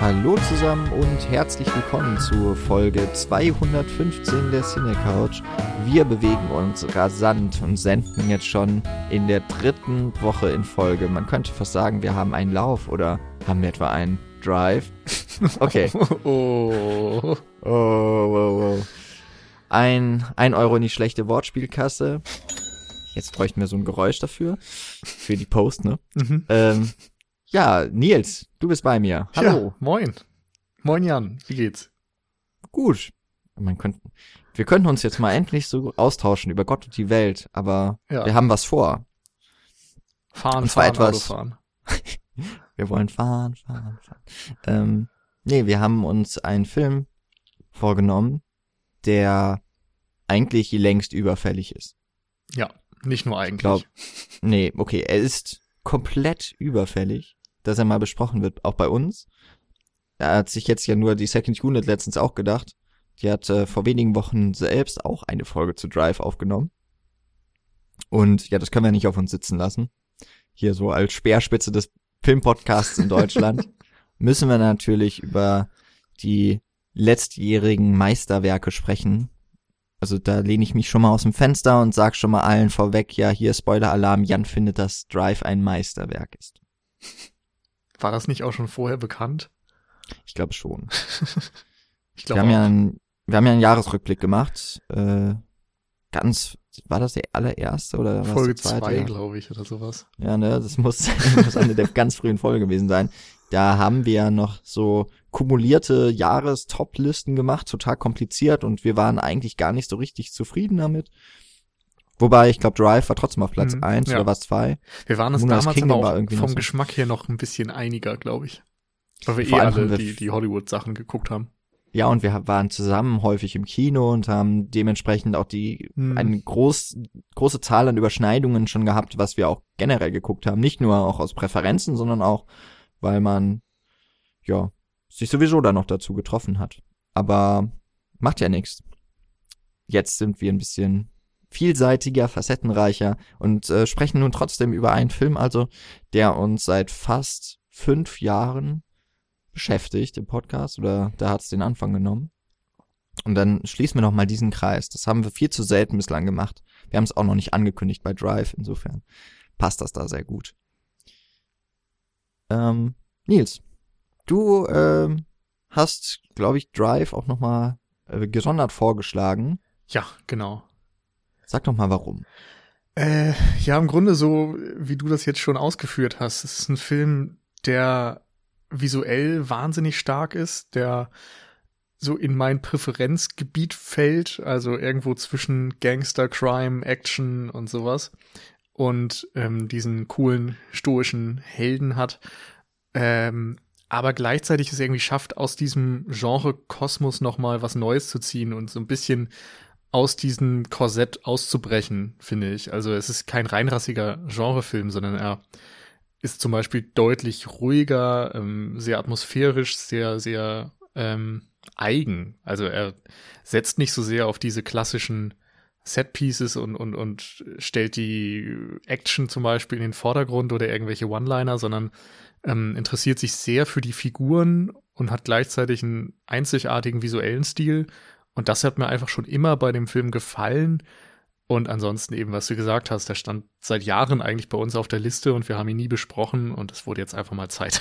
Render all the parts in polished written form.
Hallo zusammen und herzlich willkommen zur Folge 215 der Cine Couch. Wir bewegen uns rasant und senden jetzt schon in der 3. Woche in Folge. Man könnte fast sagen, wir haben einen Lauf oder haben wir etwa einen Drive? Okay. Oh. Ein Euro in die schlechte Wortspielkasse. Jetzt bräuchten wir so ein Geräusch dafür. Für die Post, ne? Mhm. Ja, Nils, du bist bei mir. Hallo. Ja, moin. Moin Jan, wie geht's? Gut. Wir könnten uns jetzt mal endlich so austauschen über Gott und die Welt, aber Ja. wir haben was vor. Und zwar Autofahren. Wir wollen fahren. Wir haben uns einen Film vorgenommen, der eigentlich längst überfällig ist. Ja, nicht nur eigentlich. Er ist komplett überfällig, dass er mal besprochen wird, auch bei uns. Da hat sich jetzt ja nur die Second Unit letztens auch gedacht. Die hat vor wenigen Wochen selbst auch eine Folge zu Drive aufgenommen. Und ja, das können wir nicht auf uns sitzen lassen. Hier so als Speerspitze des Filmpodcasts in Deutschland müssen wir natürlich über die letztjährigen Meisterwerke sprechen. Also da lehne ich mich schon mal aus dem Fenster und sag schon mal allen vorweg, ja, hier Spoiler-Alarm, Jan findet, dass Drive ein Meisterwerk ist. War das nicht auch schon vorher bekannt? Ich glaube schon. Ich Wir glaube haben ja einen Jahresrückblick gemacht. War das der allererste oder was Folge der zweite? 2, glaube ich, oder sowas. Ja, ne, das muss eine der ganz frühen Folgen gewesen sein. Da haben wir ja noch so kumulierte Jahres-Top-Listen gemacht, total kompliziert und wir waren eigentlich gar nicht so richtig zufrieden damit. Wobei, ich glaube, Drive war trotzdem auf Platz 1 ja. oder was 2. Wir waren uns Moonrise damals Kingdom aber war auch irgendwie noch vom so. Geschmack her noch ein bisschen einiger, glaube ich. Weil wir Vor allem alle haben wir die Hollywood-Sachen geguckt haben. Ja, und wir waren zusammen häufig im Kino und haben dementsprechend auch eine große Zahl an Überschneidungen schon gehabt, was wir auch generell geguckt haben. Nicht nur auch aus Präferenzen, sondern auch, weil man, ja, sich sowieso da noch dazu getroffen hat. Aber macht ja nichts. Jetzt sind wir ein bisschen vielseitiger, facettenreicher und sprechen nun trotzdem über einen Film, also der uns seit fast 5 Jahren beschäftigt im Podcast, oder da hat es den Anfang genommen. Und dann schließen wir noch mal diesen Kreis. Das haben wir viel zu selten bislang gemacht. Wir haben es auch noch nicht angekündigt bei Drive, insofern passt das da sehr gut. Nils, du hast, glaube ich, Drive auch noch mal gesondert vorgeschlagen. Ja, genau. Sag doch mal, warum. Ja, im Grunde so, wie du das jetzt schon ausgeführt hast. Es ist ein Film, der visuell wahnsinnig stark ist, der so in mein Präferenzgebiet fällt, also irgendwo zwischen Gangster, Crime, Action und sowas und diesen coolen, stoischen Helden hat, aber gleichzeitig es irgendwie schafft, aus diesem Genre-Kosmos nochmal was Neues zu ziehen und so ein bisschen aus diesem Korsett auszubrechen, finde ich. Also es ist kein reinrassiger Genrefilm, sondern er ist zum Beispiel deutlich ruhiger, sehr atmosphärisch, sehr, sehr eigen. Also er setzt nicht so sehr auf diese klassischen Set-Pieces und stellt die Action zum Beispiel in den Vordergrund oder irgendwelche One-Liner, sondern interessiert sich sehr für die Figuren und hat gleichzeitig einen einzigartigen visuellen Stil. Und das hat mir einfach schon immer bei dem Film gefallen. Und ansonsten eben, was du gesagt hast, der stand seit Jahren eigentlich bei uns auf der Liste und wir haben ihn nie besprochen und es wurde jetzt einfach mal Zeit.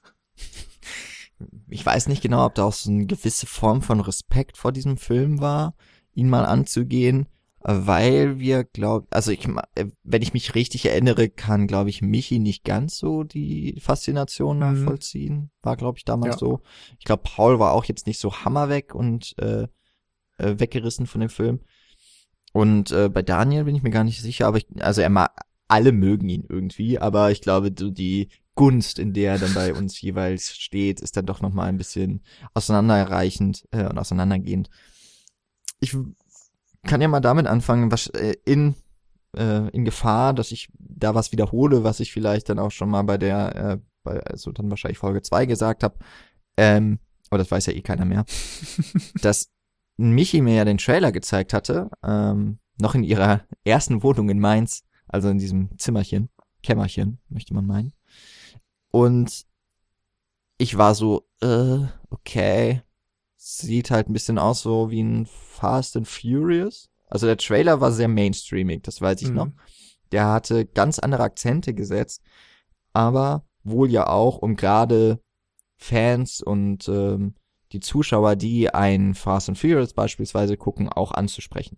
Ich weiß nicht genau, ob da auch so eine gewisse Form von Respekt vor diesem Film war, ihn mal anzugehen, weil wir, wenn ich mich richtig erinnere, kann, glaube ich, Michi nicht ganz so die Faszination nachvollziehen. War, glaube ich, damals so. Ich glaube, Paul war auch jetzt nicht so hammerweg und weggerissen von dem Film. Und bei Daniel bin ich mir gar nicht sicher, aber alle mögen ihn irgendwie, aber ich glaube, die Gunst, in der er dann bei uns jeweils steht, ist dann doch nochmal ein bisschen auseinanderreichend und auseinandergehend. Ich kann ja mal damit anfangen, was in Gefahr, dass ich da was wiederhole, was ich vielleicht dann auch schon mal dann wahrscheinlich Folge 2 gesagt habe, aber das weiß ja eh keiner mehr, dass Michi mir ja den Trailer gezeigt hatte, noch in ihrer ersten Wohnung in Mainz, also in diesem Kämmerchen, möchte man meinen. Und ich war so okay. Sieht halt ein bisschen aus so wie ein Fast and Furious. Also der Trailer war sehr mainstreamig, das weiß ich noch. Der hatte ganz andere Akzente gesetzt, aber wohl ja auch, um gerade Fans und die Zuschauer, die ein Fast and Furious beispielsweise gucken, auch anzusprechen.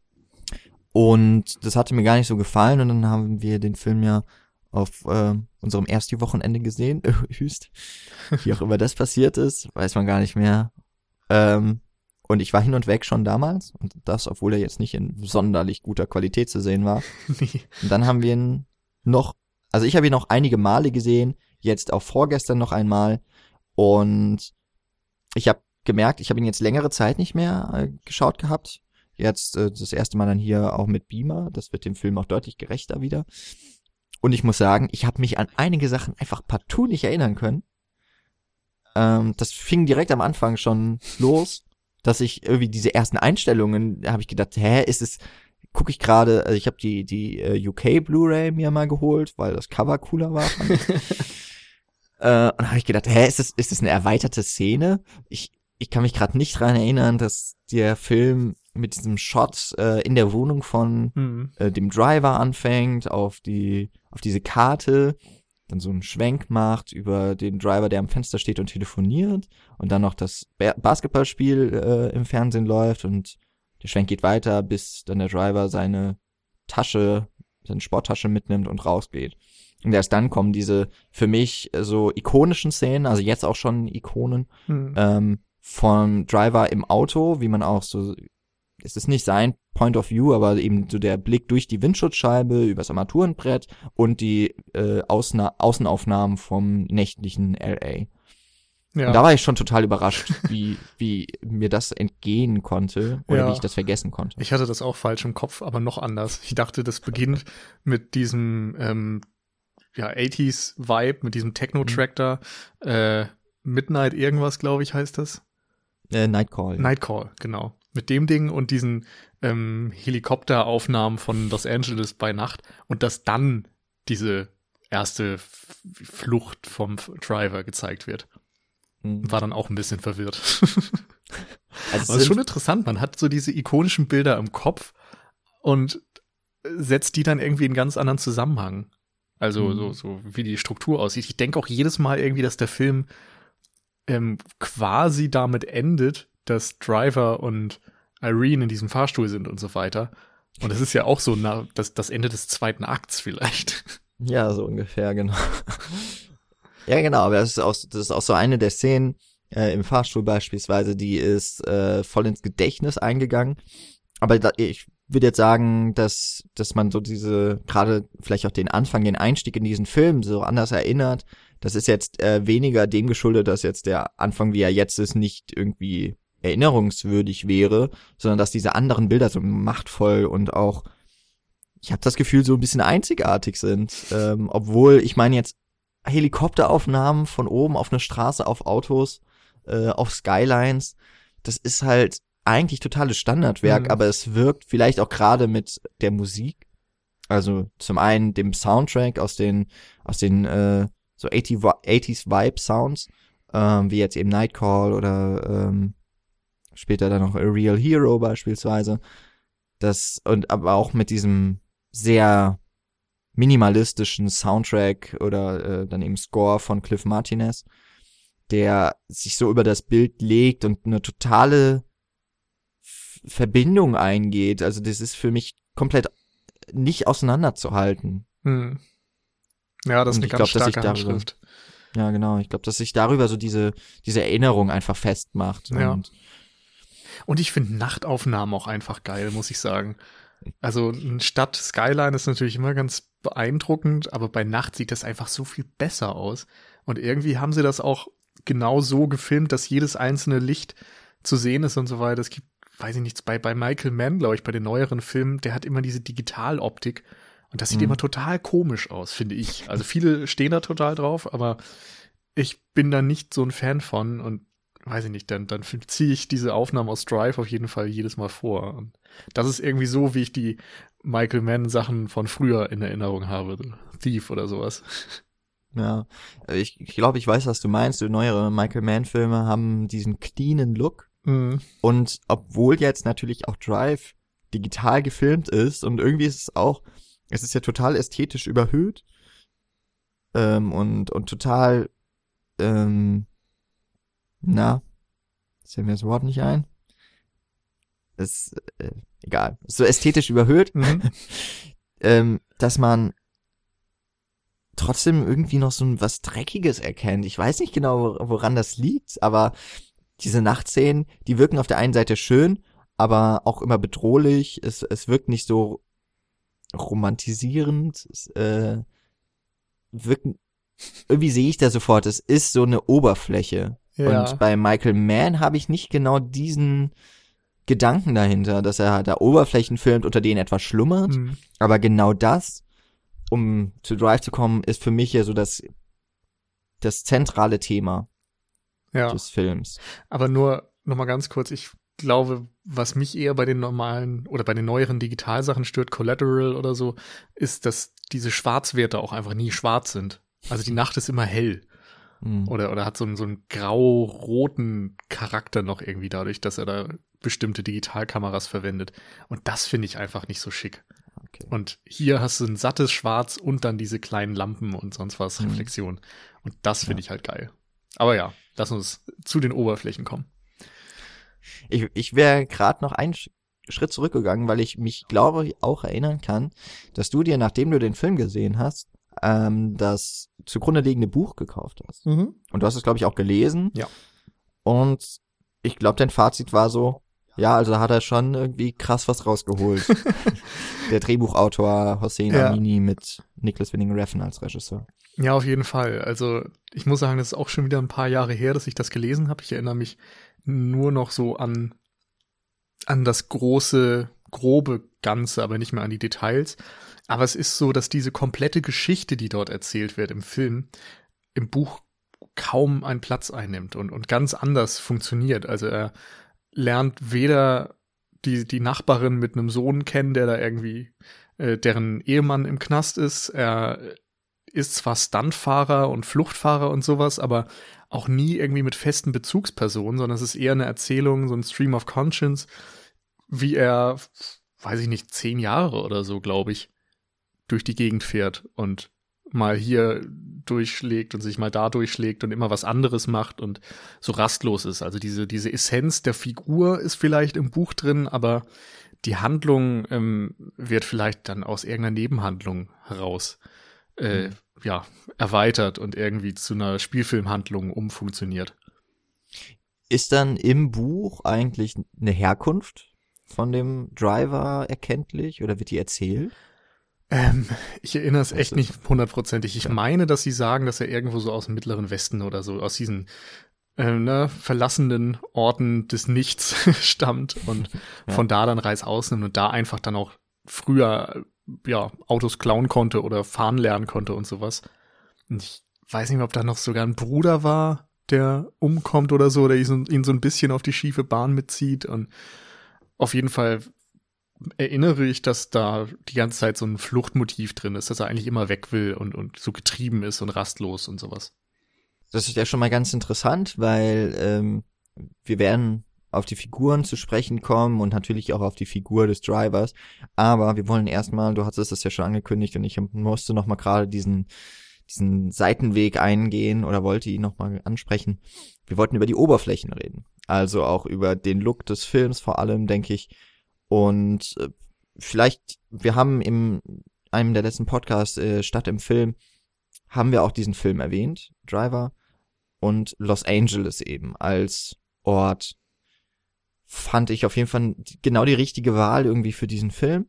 Und das hatte mir gar nicht so gefallen und dann haben wir den Film ja auf unserem ersten Wochenende gesehen. Hüst. Wie auch immer das passiert ist, weiß man gar nicht mehr. Und ich war hin und weg schon damals und das, obwohl er jetzt nicht in sonderlich guter Qualität zu sehen war. Nee. Und dann haben wir ihn also ich habe ihn noch einige Male gesehen, jetzt auch vorgestern noch einmal und ich habe gemerkt, ich habe ihn jetzt längere Zeit nicht mehr geschaut gehabt. Jetzt das erste Mal dann hier auch mit Beamer, das wird dem Film auch deutlich gerechter wieder. Und ich muss sagen, ich habe mich an einige Sachen einfach partout nicht erinnern können. Das fing direkt am Anfang schon los, dass ich irgendwie diese ersten Einstellungen, da habe ich gedacht, gucke ich gerade, also ich habe die UK Blu-ray mir mal geholt, weil das Cover cooler war. Und habe ich gedacht, ist das eine erweiterte Szene? Ich kann mich gerade nicht dran erinnern, dass der Film mit diesem Shot in der Wohnung von dem Driver anfängt, auf diese Karte, dann so einen Schwenk macht über den Driver, der am Fenster steht und telefoniert und dann noch das Basketballspiel im Fernsehen läuft und der Schwenk geht weiter, bis dann der Driver seine Sporttasche mitnimmt und rausgeht. Und erst dann kommen diese für mich so ikonischen Szenen, also jetzt auch schon Ikonen, vom Driver im Auto, wie man auch so, es ist nicht sein Point of View, aber eben so der Blick durch die Windschutzscheibe, übers Armaturenbrett und die Außenaufnahmen vom nächtlichen LA. Ja. Und da war ich schon total überrascht, wie mir das entgehen konnte oder wie ich das vergessen konnte. Ich hatte das auch falsch im Kopf, aber noch anders. Ich dachte, das beginnt mit diesem 80s-Vibe, mit diesem Techno-Track da. Midnight irgendwas, glaube ich, heißt das. Nightcall. Nightcall, genau. Mit dem Ding und diesen Helikopteraufnahmen von Los Angeles bei Nacht und dass dann diese erste Flucht vom Driver gezeigt wird. War dann auch ein bisschen verwirrt. Also aber ist schon interessant, man hat so diese ikonischen Bilder im Kopf und setzt die dann irgendwie in ganz anderen Zusammenhang. Also so wie die Struktur aussieht. Ich denke auch jedes Mal irgendwie, dass der Film quasi damit endet, dass Driver und Irene in diesem Fahrstuhl sind und so weiter. Und das ist ja auch so das Ende des zweiten Akts vielleicht. Ja, so ungefähr, genau. Ja, genau, aber das ist auch so eine der Szenen im Fahrstuhl beispielsweise, die ist voll ins Gedächtnis eingegangen. Aber ich würde jetzt sagen, dass man so gerade vielleicht auch den Anfang, den Einstieg in diesen Film so anders erinnert. Das ist jetzt weniger dem geschuldet, dass jetzt der Anfang, wie er jetzt ist, nicht irgendwie erinnerungswürdig wäre, sondern dass diese anderen Bilder so machtvoll und auch, ich habe das Gefühl, so ein bisschen einzigartig sind. Obwohl, ich meine jetzt Helikopteraufnahmen von oben auf einer Straße, auf Autos, auf Skylines, das ist halt eigentlich totales Standardwerk, aber es wirkt vielleicht auch gerade mit der Musik, also zum einen dem Soundtrack aus den so 80s Vibe Sounds, wie jetzt eben Nightcall oder später dann noch A Real Hero beispielsweise, aber auch mit diesem sehr minimalistischen Soundtrack oder dann eben Score von Cliff Martinez, der sich so über das Bild legt und eine totale Verbindung eingeht. Also das ist für mich komplett nicht auseinanderzuhalten. Ja, das ist eine ganz starke Handschrift. Ja, genau. Ich glaube, dass sich darüber so diese Erinnerung einfach festmacht. Ja. Und ich finde Nachtaufnahmen auch einfach geil, muss ich sagen. Also eine Stadt Skyline ist natürlich immer ganz beeindruckend, aber bei Nacht sieht das einfach so viel besser aus. Und irgendwie haben sie das auch genau so gefilmt, dass jedes einzelne Licht zu sehen ist und so weiter. Es gibt, weiß ich nicht, bei Michael Mann, glaube ich, bei den neueren Filmen, der hat immer diese Digitaloptik und das sieht immer total komisch aus, finde ich. Also viele stehen da total drauf, aber ich bin da nicht so ein Fan von und weiß ich nicht, dann ziehe ich diese Aufnahmen aus Drive auf jeden Fall jedes Mal vor. Und das ist irgendwie so, wie ich die Michael Mann Sachen von früher in Erinnerung habe. Thief oder sowas. Ja, ich glaube, ich weiß, was du meinst. Die neuere Michael Mann-Filme haben diesen cleanen Look. Mhm. Und obwohl jetzt natürlich auch Drive digital gefilmt ist und irgendwie ist es ist ja total ästhetisch überhöht und total, jetzt fällt mir das Wort nicht ein. Ist egal. Ist so ästhetisch überhöht, dass man trotzdem irgendwie noch so was Dreckiges erkennt. Ich weiß nicht genau, woran das liegt, aber diese Nachtszenen, die wirken auf der einen Seite schön, aber auch immer bedrohlich. Es wirkt nicht so romantisierend. Es wirkt, irgendwie sehe ich da sofort, es ist so eine Oberfläche. Ja. Und bei Michael Mann habe ich nicht genau diesen Gedanken dahinter, dass er da Oberflächen filmt, unter denen etwas schlummert. Mhm. Aber genau das, um zu Drive zu kommen, ist für mich ja so das zentrale Thema des Films. Aber nur noch mal ganz kurz, ich glaube, was mich eher bei den normalen oder bei den neueren Digitalsachen stört, Collateral oder so, ist, dass diese Schwarzwerte auch einfach nie schwarz sind. Also die Nacht ist immer hell. Oder hat so einen grau-roten Charakter noch irgendwie dadurch, dass er da bestimmte Digitalkameras verwendet. Und das finde ich einfach nicht so schick. Okay. Und hier hast du ein sattes Schwarz und dann diese kleinen Lampen und sonst was, Reflexion. Und das finde ich halt geil. Aber ja, lass uns zu den Oberflächen kommen. Ich wäre gerade noch einen Schritt zurückgegangen, weil ich mich, glaube, auch erinnern kann, dass du dir, nachdem du den Film gesehen hast, das zugrunde liegende Buch gekauft hast. Und du hast es, glaube ich, auch gelesen. Ja. Und ich glaube, dein Fazit war so, ja, also da hat er schon irgendwie krass was rausgeholt. Der Drehbuchautor Hossein Amini mit Nicholas Winding Refn als Regisseur. Ja, auf jeden Fall. Also ich muss sagen, das ist auch schon wieder ein paar Jahre her, dass ich das gelesen habe. Ich erinnere mich nur noch so an das große, grobe Ganze, aber nicht mehr an die Details. Aber es ist so, dass diese komplette Geschichte, die dort erzählt wird im Film, im Buch kaum einen Platz einnimmt und ganz anders funktioniert. Also er lernt weder die Nachbarin mit einem Sohn kennen, der da irgendwie deren Ehemann im Knast ist. Er ist zwar Stuntfahrer und Fluchtfahrer und sowas, aber auch nie irgendwie mit festen Bezugspersonen, sondern es ist eher eine Erzählung, so ein Stream of Conscience, wie er, weiß ich nicht, 10 Jahre oder so, glaube ich, durch die Gegend fährt und mal hier durchschlägt und sich mal da durchschlägt und immer was anderes macht und so rastlos ist. Also diese Essenz der Figur ist vielleicht im Buch drin, aber die Handlung wird vielleicht dann aus irgendeiner Nebenhandlung heraus erweitert und irgendwie zu einer Spielfilmhandlung umfunktioniert. Ist dann im Buch eigentlich eine Herkunft von dem Driver erkenntlich oder wird die erzählt? Ich erinnere es echt nicht 100%. Ich meine, dass sie sagen, dass er irgendwo so aus dem Mittleren Westen oder so, aus diesen verlassenen Orten des Nichts stammt und von da dann Reißaus nimmt und da einfach dann auch früher Autos klauen konnte oder fahren lernen konnte und sowas. Und ich weiß nicht mehr, ob da noch sogar ein Bruder war, der umkommt oder so, der ihn so ein bisschen auf die schiefe Bahn mitzieht. Und auf jeden Fall erinnere ich, dass da die ganze Zeit so ein Fluchtmotiv drin ist, dass er eigentlich immer weg will und so getrieben ist und rastlos und sowas. Das ist ja schon mal ganz interessant, weil wir werden auf die Figuren zu sprechen kommen und natürlich auch auf die Figur des Drivers. Aber wir wollen erstmal, du hattest das ja schon angekündigt und ich musste noch mal gerade diesen Seitenweg eingehen oder wollte ihn noch mal ansprechen. Wir wollten über die Oberflächen reden. Also auch über den Look des Films vor allem, denke ich. Und vielleicht, wir haben in einem der letzten Podcasts, Stadt im Film, haben wir auch diesen Film erwähnt, Driver, und Los Angeles eben als Ort fand ich auf jeden Fall genau die richtige Wahl irgendwie für diesen Film.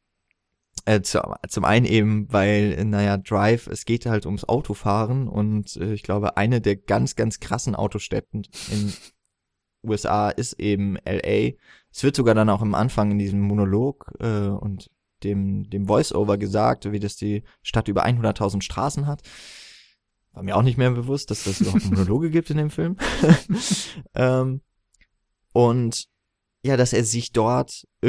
Zum einen eben, weil, Drive, es geht halt ums Autofahren und ich glaube, eine der ganz, ganz krassen Autostädten in USA ist eben L.A. Es wird sogar dann auch am Anfang in diesem Monolog und dem Voice-Over gesagt, wie das die Stadt über 100.000 Straßen hat. War mir auch nicht mehr bewusst, dass das überhaupt Monologe gibt in dem Film. Und ja, dass er sich dort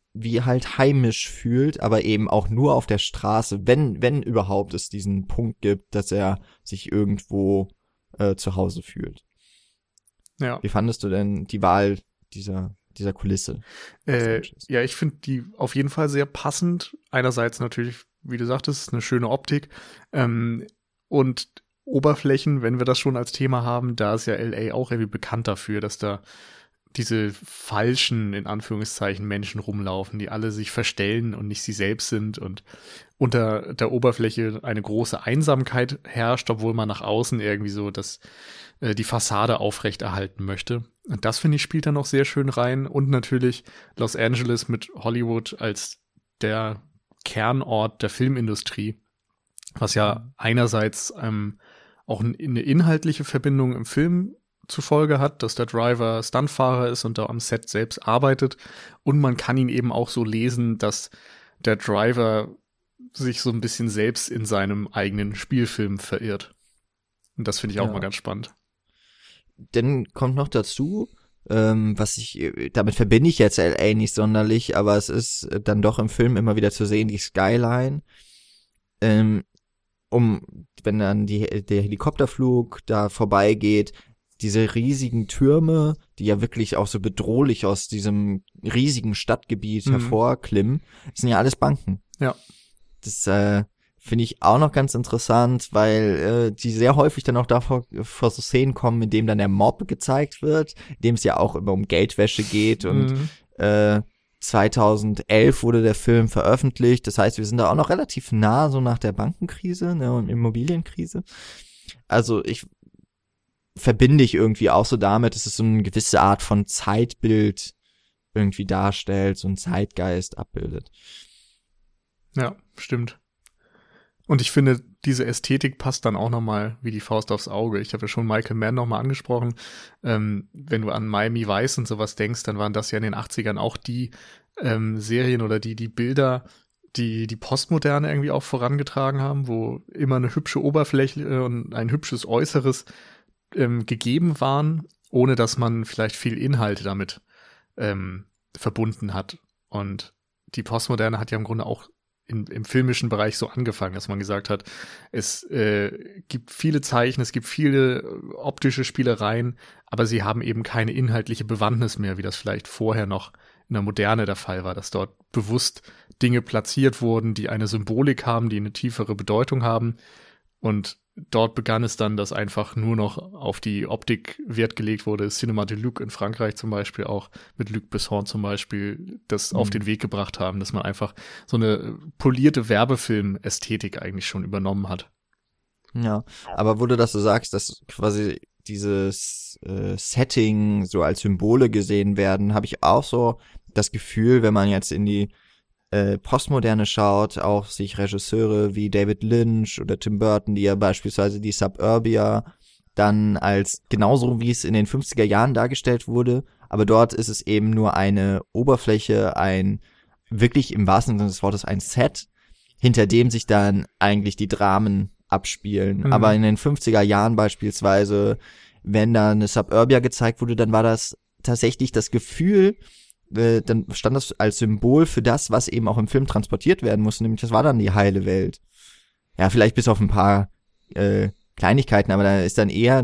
wie halt heimisch fühlt, aber eben auch nur auf der Straße, wenn überhaupt es diesen Punkt gibt, dass er sich irgendwo zu Hause fühlt. Ja. Wie fandest du denn die Wahl dieser Kulisse? Ja, ich finde die auf jeden Fall sehr passend. Einerseits natürlich, wie du sagtest, eine schöne Optik. Und Oberflächen, wenn wir das schon als Thema haben, da ist ja LA auch irgendwie bekannt dafür, dass da diese falschen, in Anführungszeichen, Menschen rumlaufen, die alle sich verstellen und nicht sie selbst sind und unter der Oberfläche eine große Einsamkeit herrscht, obwohl man nach außen irgendwie so die Fassade aufrechterhalten möchte. Und das, finde ich, spielt da noch sehr schön rein. Und natürlich Los Angeles mit Hollywood als der Kernort der Filmindustrie, was ja einerseits auch eine inhaltliche Verbindung im Film zur Folge hat, dass der Driver Stuntfahrer ist und da am Set selbst arbeitet. Und man kann ihn eben auch so lesen, dass der Driver sich so ein bisschen selbst in seinem eigenen Spielfilm verirrt. Und das finde ich auch mal ganz spannend. Dann kommt noch dazu, damit verbinde ich jetzt LA nicht sonderlich, aber es ist dann doch im Film immer wieder zu sehen, die Skyline, wenn dann der Helikopterflug da vorbeigeht, diese riesigen Türme, die ja wirklich auch so bedrohlich aus diesem riesigen Stadtgebiet hervorklimmen, das sind ja alles Banken. Ja. Das finde ich auch noch ganz interessant, weil die sehr häufig dann auch davor vor so Szenen kommen, in dem dann der Mob gezeigt wird, in dem es ja auch immer um Geldwäsche geht und 2011 wurde der Film veröffentlicht, das heißt, wir sind da auch noch relativ nah so nach der Bankenkrise, ne, und Immobilienkrise. Also verbinde ich irgendwie auch so damit, dass es so eine gewisse Art von Zeitbild irgendwie darstellt, so einen Zeitgeist abbildet. Ja, stimmt. Und ich finde, diese Ästhetik passt dann auch nochmal wie die Faust aufs Auge. Ich habe ja schon Michael Mann nochmal angesprochen. Wenn du an Miami Vice und sowas denkst, dann waren das ja in den 80ern auch die Serien oder die Bilder, die Postmoderne irgendwie auch vorangetragen haben, wo immer eine hübsche Oberfläche und ein hübsches Äußeres gegeben waren, ohne dass man vielleicht viel Inhalte damit verbunden hat. Und die Postmoderne hat ja im Grunde auch im filmischen Bereich so angefangen, dass man gesagt hat, es gibt viele Zeichen, es gibt viele optische Spielereien, aber sie haben eben keine inhaltliche Bewandtnis mehr, wie das vielleicht vorher noch in der Moderne der Fall war, dass dort bewusst Dinge platziert wurden, die eine Symbolik haben, die eine tiefere Bedeutung haben. Und dort begann es dann, dass einfach nur noch auf die Optik Wert gelegt wurde. Cinema de Luc in Frankreich zum Beispiel auch, mit Luc Besson zum Beispiel, das auf den Weg gebracht haben, dass man einfach so eine polierte Werbefilm-Ästhetik eigentlich schon übernommen hat. Ja, aber wo du das so sagst, dass quasi dieses Setting so als Symbole gesehen werden, habe ich auch so das Gefühl, wenn man jetzt in die Postmoderne schaut, auch sich Regisseure wie David Lynch oder Tim Burton, die ja beispielsweise die Suburbia dann als genauso wie es in den 50er Jahren dargestellt wurde, aber dort ist es eben nur eine Oberfläche, wirklich im wahrsten Sinne des Wortes ein Set, hinter dem sich dann eigentlich die Dramen abspielen. Aber in den 50er Jahren beispielsweise, wenn da eine Suburbia gezeigt wurde, dann war das tatsächlich das Gefühl, dann stand das als Symbol für das, was eben auch im Film transportiert werden musste, nämlich das war dann die heile Welt. Ja, vielleicht bis auf ein paar Kleinigkeiten, aber da ist dann eher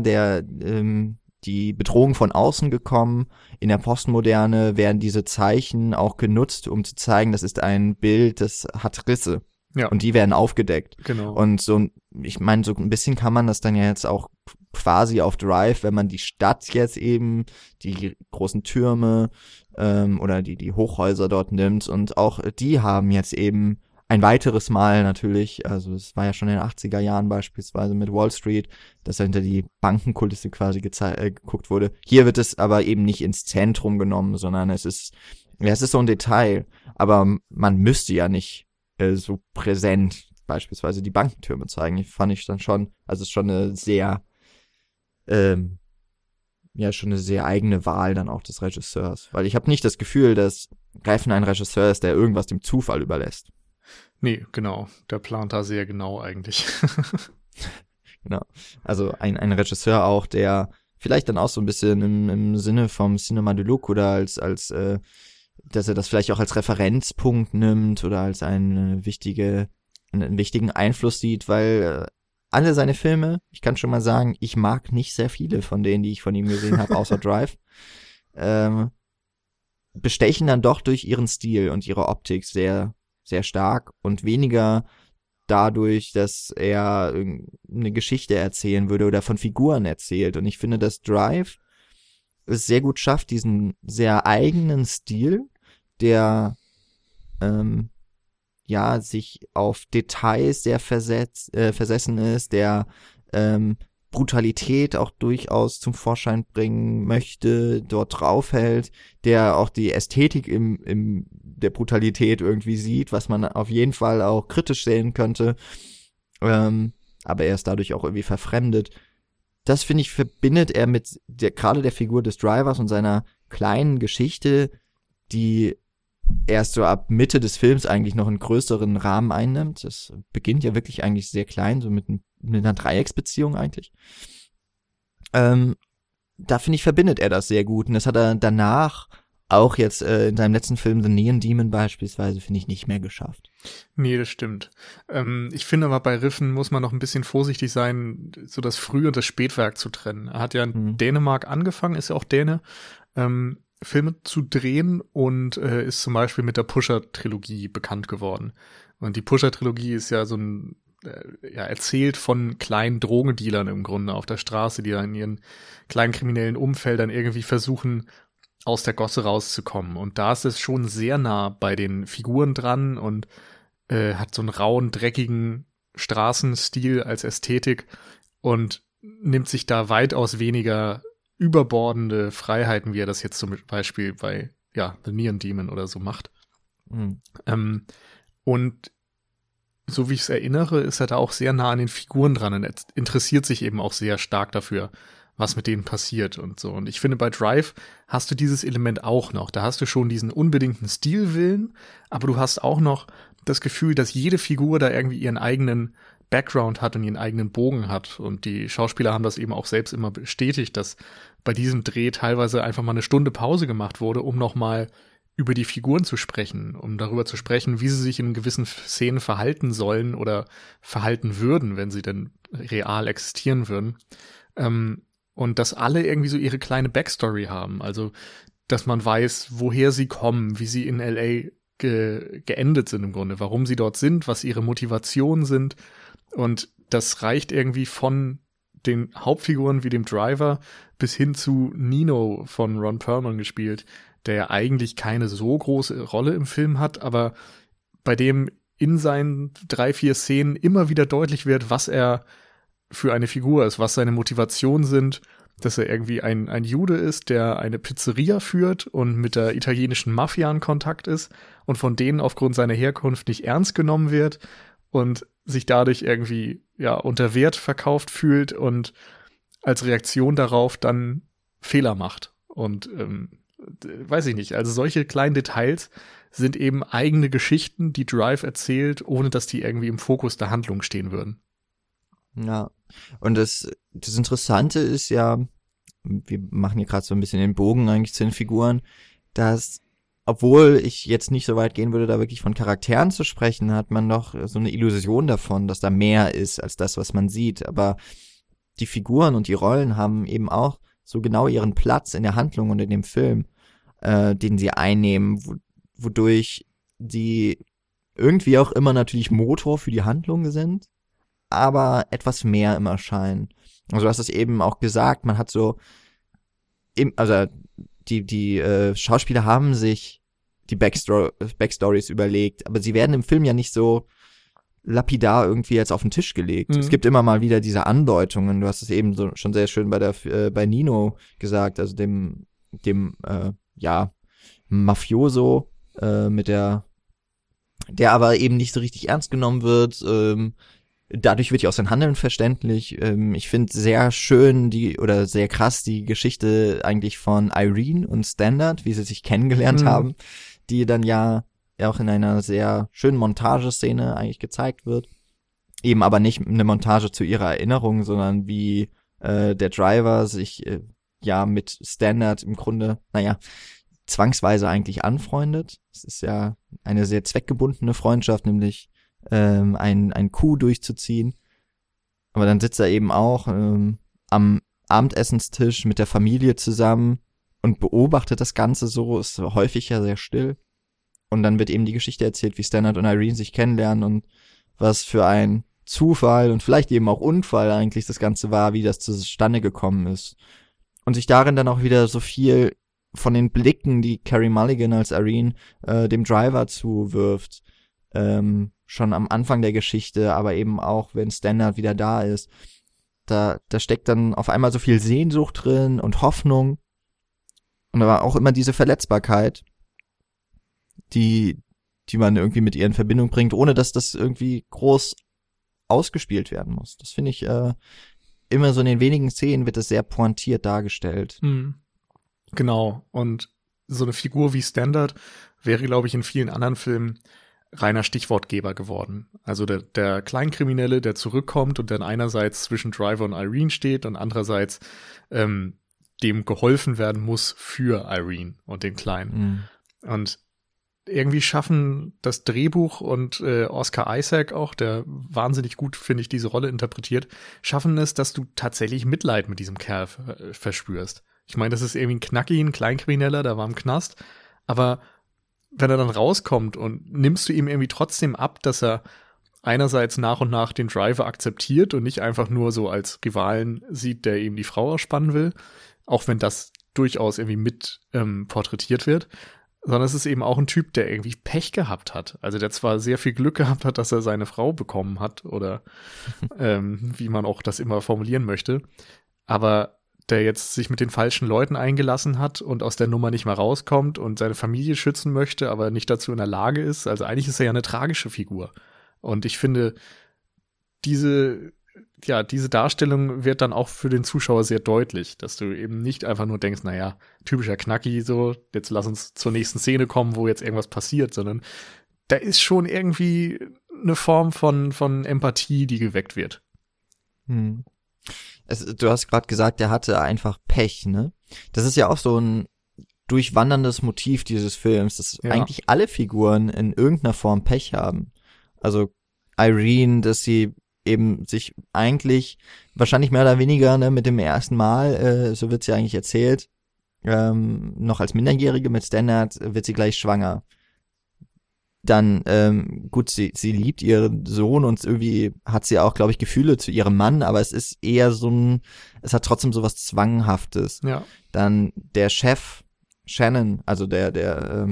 die Bedrohung von außen gekommen. In der Postmoderne werden diese Zeichen auch genutzt, um zu zeigen, das ist ein Bild, das hat Risse. Ja. Und die werden aufgedeckt. Genau. Und so, ich meine, so ein bisschen kann man das dann ja jetzt auch quasi auf Drive, wenn man die Stadt jetzt eben, die großen Türme oder die Hochhäuser dort nimmt, und auch die haben jetzt eben ein weiteres Mal natürlich, also es war ja schon in den 80er Jahren beispielsweise mit Wall Street, dass hinter die Bankenkulisse quasi geguckt wurde. Hier wird es aber eben nicht ins Zentrum genommen, sondern es ist so ein Detail, aber man müsste ja nicht so präsent beispielsweise die Bankentürme zeigen. Fand ich dann schon, also es ist schon eine sehr schon eine sehr eigene Wahl dann auch des Regisseurs, weil ich habe nicht das Gefühl, dass Refn ein Regisseur ist, der irgendwas dem Zufall überlässt. Nee, genau. Der plant da sehr genau eigentlich. Genau. Also ein Regisseur auch, der vielleicht dann auch so ein bisschen im Sinne vom Cinema de Luc oder als dass er das vielleicht auch als Referenzpunkt nimmt oder als einen wichtigen Einfluss sieht, weil alle seine Filme, ich kann schon mal sagen, ich mag nicht sehr viele von denen, die ich von ihm gesehen habe, außer Drive, bestechen dann doch durch ihren Stil und ihre Optik sehr, sehr stark und weniger dadurch, dass er eine Geschichte erzählen würde oder von Figuren erzählt. Und ich finde, dass Drive es sehr gut schafft, diesen sehr eigenen Stil, der sich auf Details sehr versessen ist, der Brutalität auch durchaus zum Vorschein bringen möchte, dort draufhält, der auch die Ästhetik im der Brutalität irgendwie sieht, was man auf jeden Fall auch kritisch sehen könnte, aber er ist dadurch auch irgendwie verfremdet. Das, finde ich, verbindet er mit gerade der Figur des Drivers und seiner kleinen Geschichte, die erst so ab Mitte des Films eigentlich noch einen größeren Rahmen einnimmt. Das beginnt ja wirklich eigentlich sehr klein, so mit einer Dreiecksbeziehung eigentlich. Da finde ich, verbindet er das sehr gut. Und das hat er danach auch jetzt in seinem letzten Film The Neon Demon beispielsweise, finde ich, nicht mehr geschafft. Nee, das stimmt. Ich finde aber, bei Riffen muss man noch ein bisschen vorsichtig sein, so das Früh- und das Spätwerk zu trennen. Er hat ja in Dänemark angefangen, ist ja auch Däne, Filme zu drehen und ist zum Beispiel mit der Pusher-Trilogie bekannt geworden. Und die Pusher-Trilogie ist ja so ein, erzählt von kleinen Drogendealern im Grunde auf der Straße, die dann in ihren kleinen kriminellen Umfeldern irgendwie versuchen, aus der Gosse rauszukommen. Und da ist es schon sehr nah bei den Figuren dran und hat so einen rauen, dreckigen Straßenstil als Ästhetik und nimmt sich da weitaus weniger überbordende Freiheiten, wie er das jetzt zum Beispiel bei The Neon Demon oder so macht. Und so wie ich es erinnere, ist er da auch sehr nah an den Figuren dran und interessiert sich eben auch sehr stark dafür, was mit denen passiert und so. Und ich finde, bei Drive hast du dieses Element auch noch. Da hast du schon diesen unbedingten Stilwillen, aber du hast auch noch das Gefühl, dass jede Figur da irgendwie ihren eigenen Background hat und ihren eigenen Bogen hat. Und die Schauspieler haben das eben auch selbst immer bestätigt, dass bei diesem Dreh teilweise einfach mal eine Stunde Pause gemacht wurde, um nochmal über die Figuren zu sprechen, um darüber zu sprechen, wie sie sich in gewissen Szenen verhalten sollen oder verhalten würden, wenn sie denn real existieren würden. Und dass alle irgendwie so ihre kleine Backstory haben. Also, dass man weiß, woher sie kommen, wie sie in L.A. geendet sind im Grunde, warum sie dort sind, was ihre Motivationen sind. Und das reicht irgendwie von den Hauptfiguren wie dem Driver bis hin zu Nino von Ron Perlman gespielt, der ja eigentlich keine so große Rolle im Film hat, aber bei dem in seinen 3-4 Szenen immer wieder deutlich wird, was er für eine Figur ist, was seine Motivationen sind, dass er irgendwie ein Jude ist, der eine Pizzeria führt und mit der italienischen Mafia in Kontakt ist und von denen aufgrund seiner Herkunft nicht ernst genommen wird und sich dadurch irgendwie unter Wert verkauft fühlt und als Reaktion darauf dann Fehler macht. Und weiß ich nicht, also solche kleinen Details sind eben eigene Geschichten, die Drive erzählt, ohne dass die irgendwie im Fokus der Handlung stehen würden. Ja, und das Interessante ist ja, wir machen hier gerade so ein bisschen den Bogen eigentlich zu den Figuren, dass, obwohl ich jetzt nicht so weit gehen würde, da wirklich von Charakteren zu sprechen, hat man doch so eine Illusion davon, dass da mehr ist als das, was man sieht. Aber die Figuren und die Rollen haben eben auch so genau ihren Platz in der Handlung und in dem Film, den sie einnehmen, wodurch die irgendwie auch immer natürlich Motor für die Handlung sind, aber etwas mehr im Erscheinen. Also du hast es eben auch gesagt, man hat so, die Schauspieler haben sich die Backstories überlegt, aber sie werden im Film ja nicht so lapidar irgendwie jetzt auf den Tisch gelegt. Es gibt immer mal wieder diese Andeutungen, du hast es eben so schon sehr schön bei Nino gesagt, also dem Mafioso, der aber eben nicht so richtig ernst genommen wird. Dadurch wird ja auch sein Handeln verständlich. Ich finde sehr schön sehr krass die Geschichte eigentlich von Irene und Standard, wie sie sich kennengelernt haben, die dann ja auch in einer sehr schönen Montageszene eigentlich gezeigt wird. Eben aber nicht eine Montage zu ihrer Erinnerung, sondern wie der Driver sich mit Standard im Grunde, zwangsweise eigentlich anfreundet. Es ist ja eine sehr zweckgebundene Freundschaft, nämlich ein Coup durchzuziehen. Aber dann sitzt er eben auch am Abendessenstisch mit der Familie zusammen und beobachtet das Ganze so, ist häufig ja sehr still. Und dann wird eben die Geschichte erzählt, wie Stannard und Irene sich kennenlernen und was für ein Zufall und vielleicht eben auch Unfall eigentlich das Ganze war, wie das zustande gekommen ist. Und sich darin dann auch wieder so viel von den Blicken, die Carey Mulligan als Irene dem Driver zuwirft, schon am Anfang der Geschichte, aber eben auch, wenn Stannard wieder da ist, da steckt dann auf einmal so viel Sehnsucht drin und Hoffnung und aber auch immer diese Verletzbarkeit, die man irgendwie mit ihr in Verbindung bringt, ohne dass das irgendwie groß ausgespielt werden muss. Das finde ich immer so in den wenigen Szenen wird es sehr pointiert dargestellt. Genau. Und so eine Figur wie Stannard wäre, glaube ich, in vielen anderen Filmen reiner Stichwortgeber geworden. Also der Kleinkriminelle, der zurückkommt und dann einerseits zwischen Driver und Irene steht und andererseits dem geholfen werden muss für Irene und den Kleinen. Und irgendwie schaffen das Drehbuch und Oscar Isaac auch, der wahnsinnig gut, finde ich, diese Rolle interpretiert, schaffen es, dass du tatsächlich Mitleid mit diesem Kerl verspürst. Ich meine, das ist irgendwie ein Kleinkrimineller, der war im Knast, aber wenn er dann rauskommt und nimmst du ihm irgendwie trotzdem ab, dass er einerseits nach und nach den Driver akzeptiert und nicht einfach nur so als Rivalen sieht, der ihm die Frau ausspannen will, auch wenn das durchaus irgendwie mit porträtiert wird, sondern es ist eben auch ein Typ, der irgendwie Pech gehabt hat. Also der zwar sehr viel Glück gehabt hat, dass er seine Frau bekommen hat oder wie man auch das immer formulieren möchte, aber der jetzt sich mit den falschen Leuten eingelassen hat und aus der Nummer nicht mehr rauskommt und seine Familie schützen möchte, aber nicht dazu in der Lage ist. Also eigentlich ist er ja eine tragische Figur. Und ich finde, diese Darstellung wird dann auch für den Zuschauer sehr deutlich, dass du eben nicht einfach nur denkst, naja, typischer Knacki, so, jetzt lass uns zur nächsten Szene kommen, wo jetzt irgendwas passiert, sondern da ist schon irgendwie eine Form von Empathie, die geweckt wird. Du hast gerade gesagt, der hatte einfach Pech, ne? Das ist ja auch so ein durchwanderndes Motiv dieses Films, dass eigentlich alle Figuren in irgendeiner Form Pech haben. Also Irene, dass sie eben sich eigentlich wahrscheinlich mehr oder weniger mit dem ersten Mal, so wird's ja eigentlich erzählt, noch als Minderjährige mit Stannard wird sie gleich schwanger. Dann, gut, sie liebt ihren Sohn und irgendwie hat sie auch, glaube ich, Gefühle zu ihrem Mann, aber es ist eher es hat trotzdem so was Zwanghaftes. Ja. Dann der Chef, Shannon, also der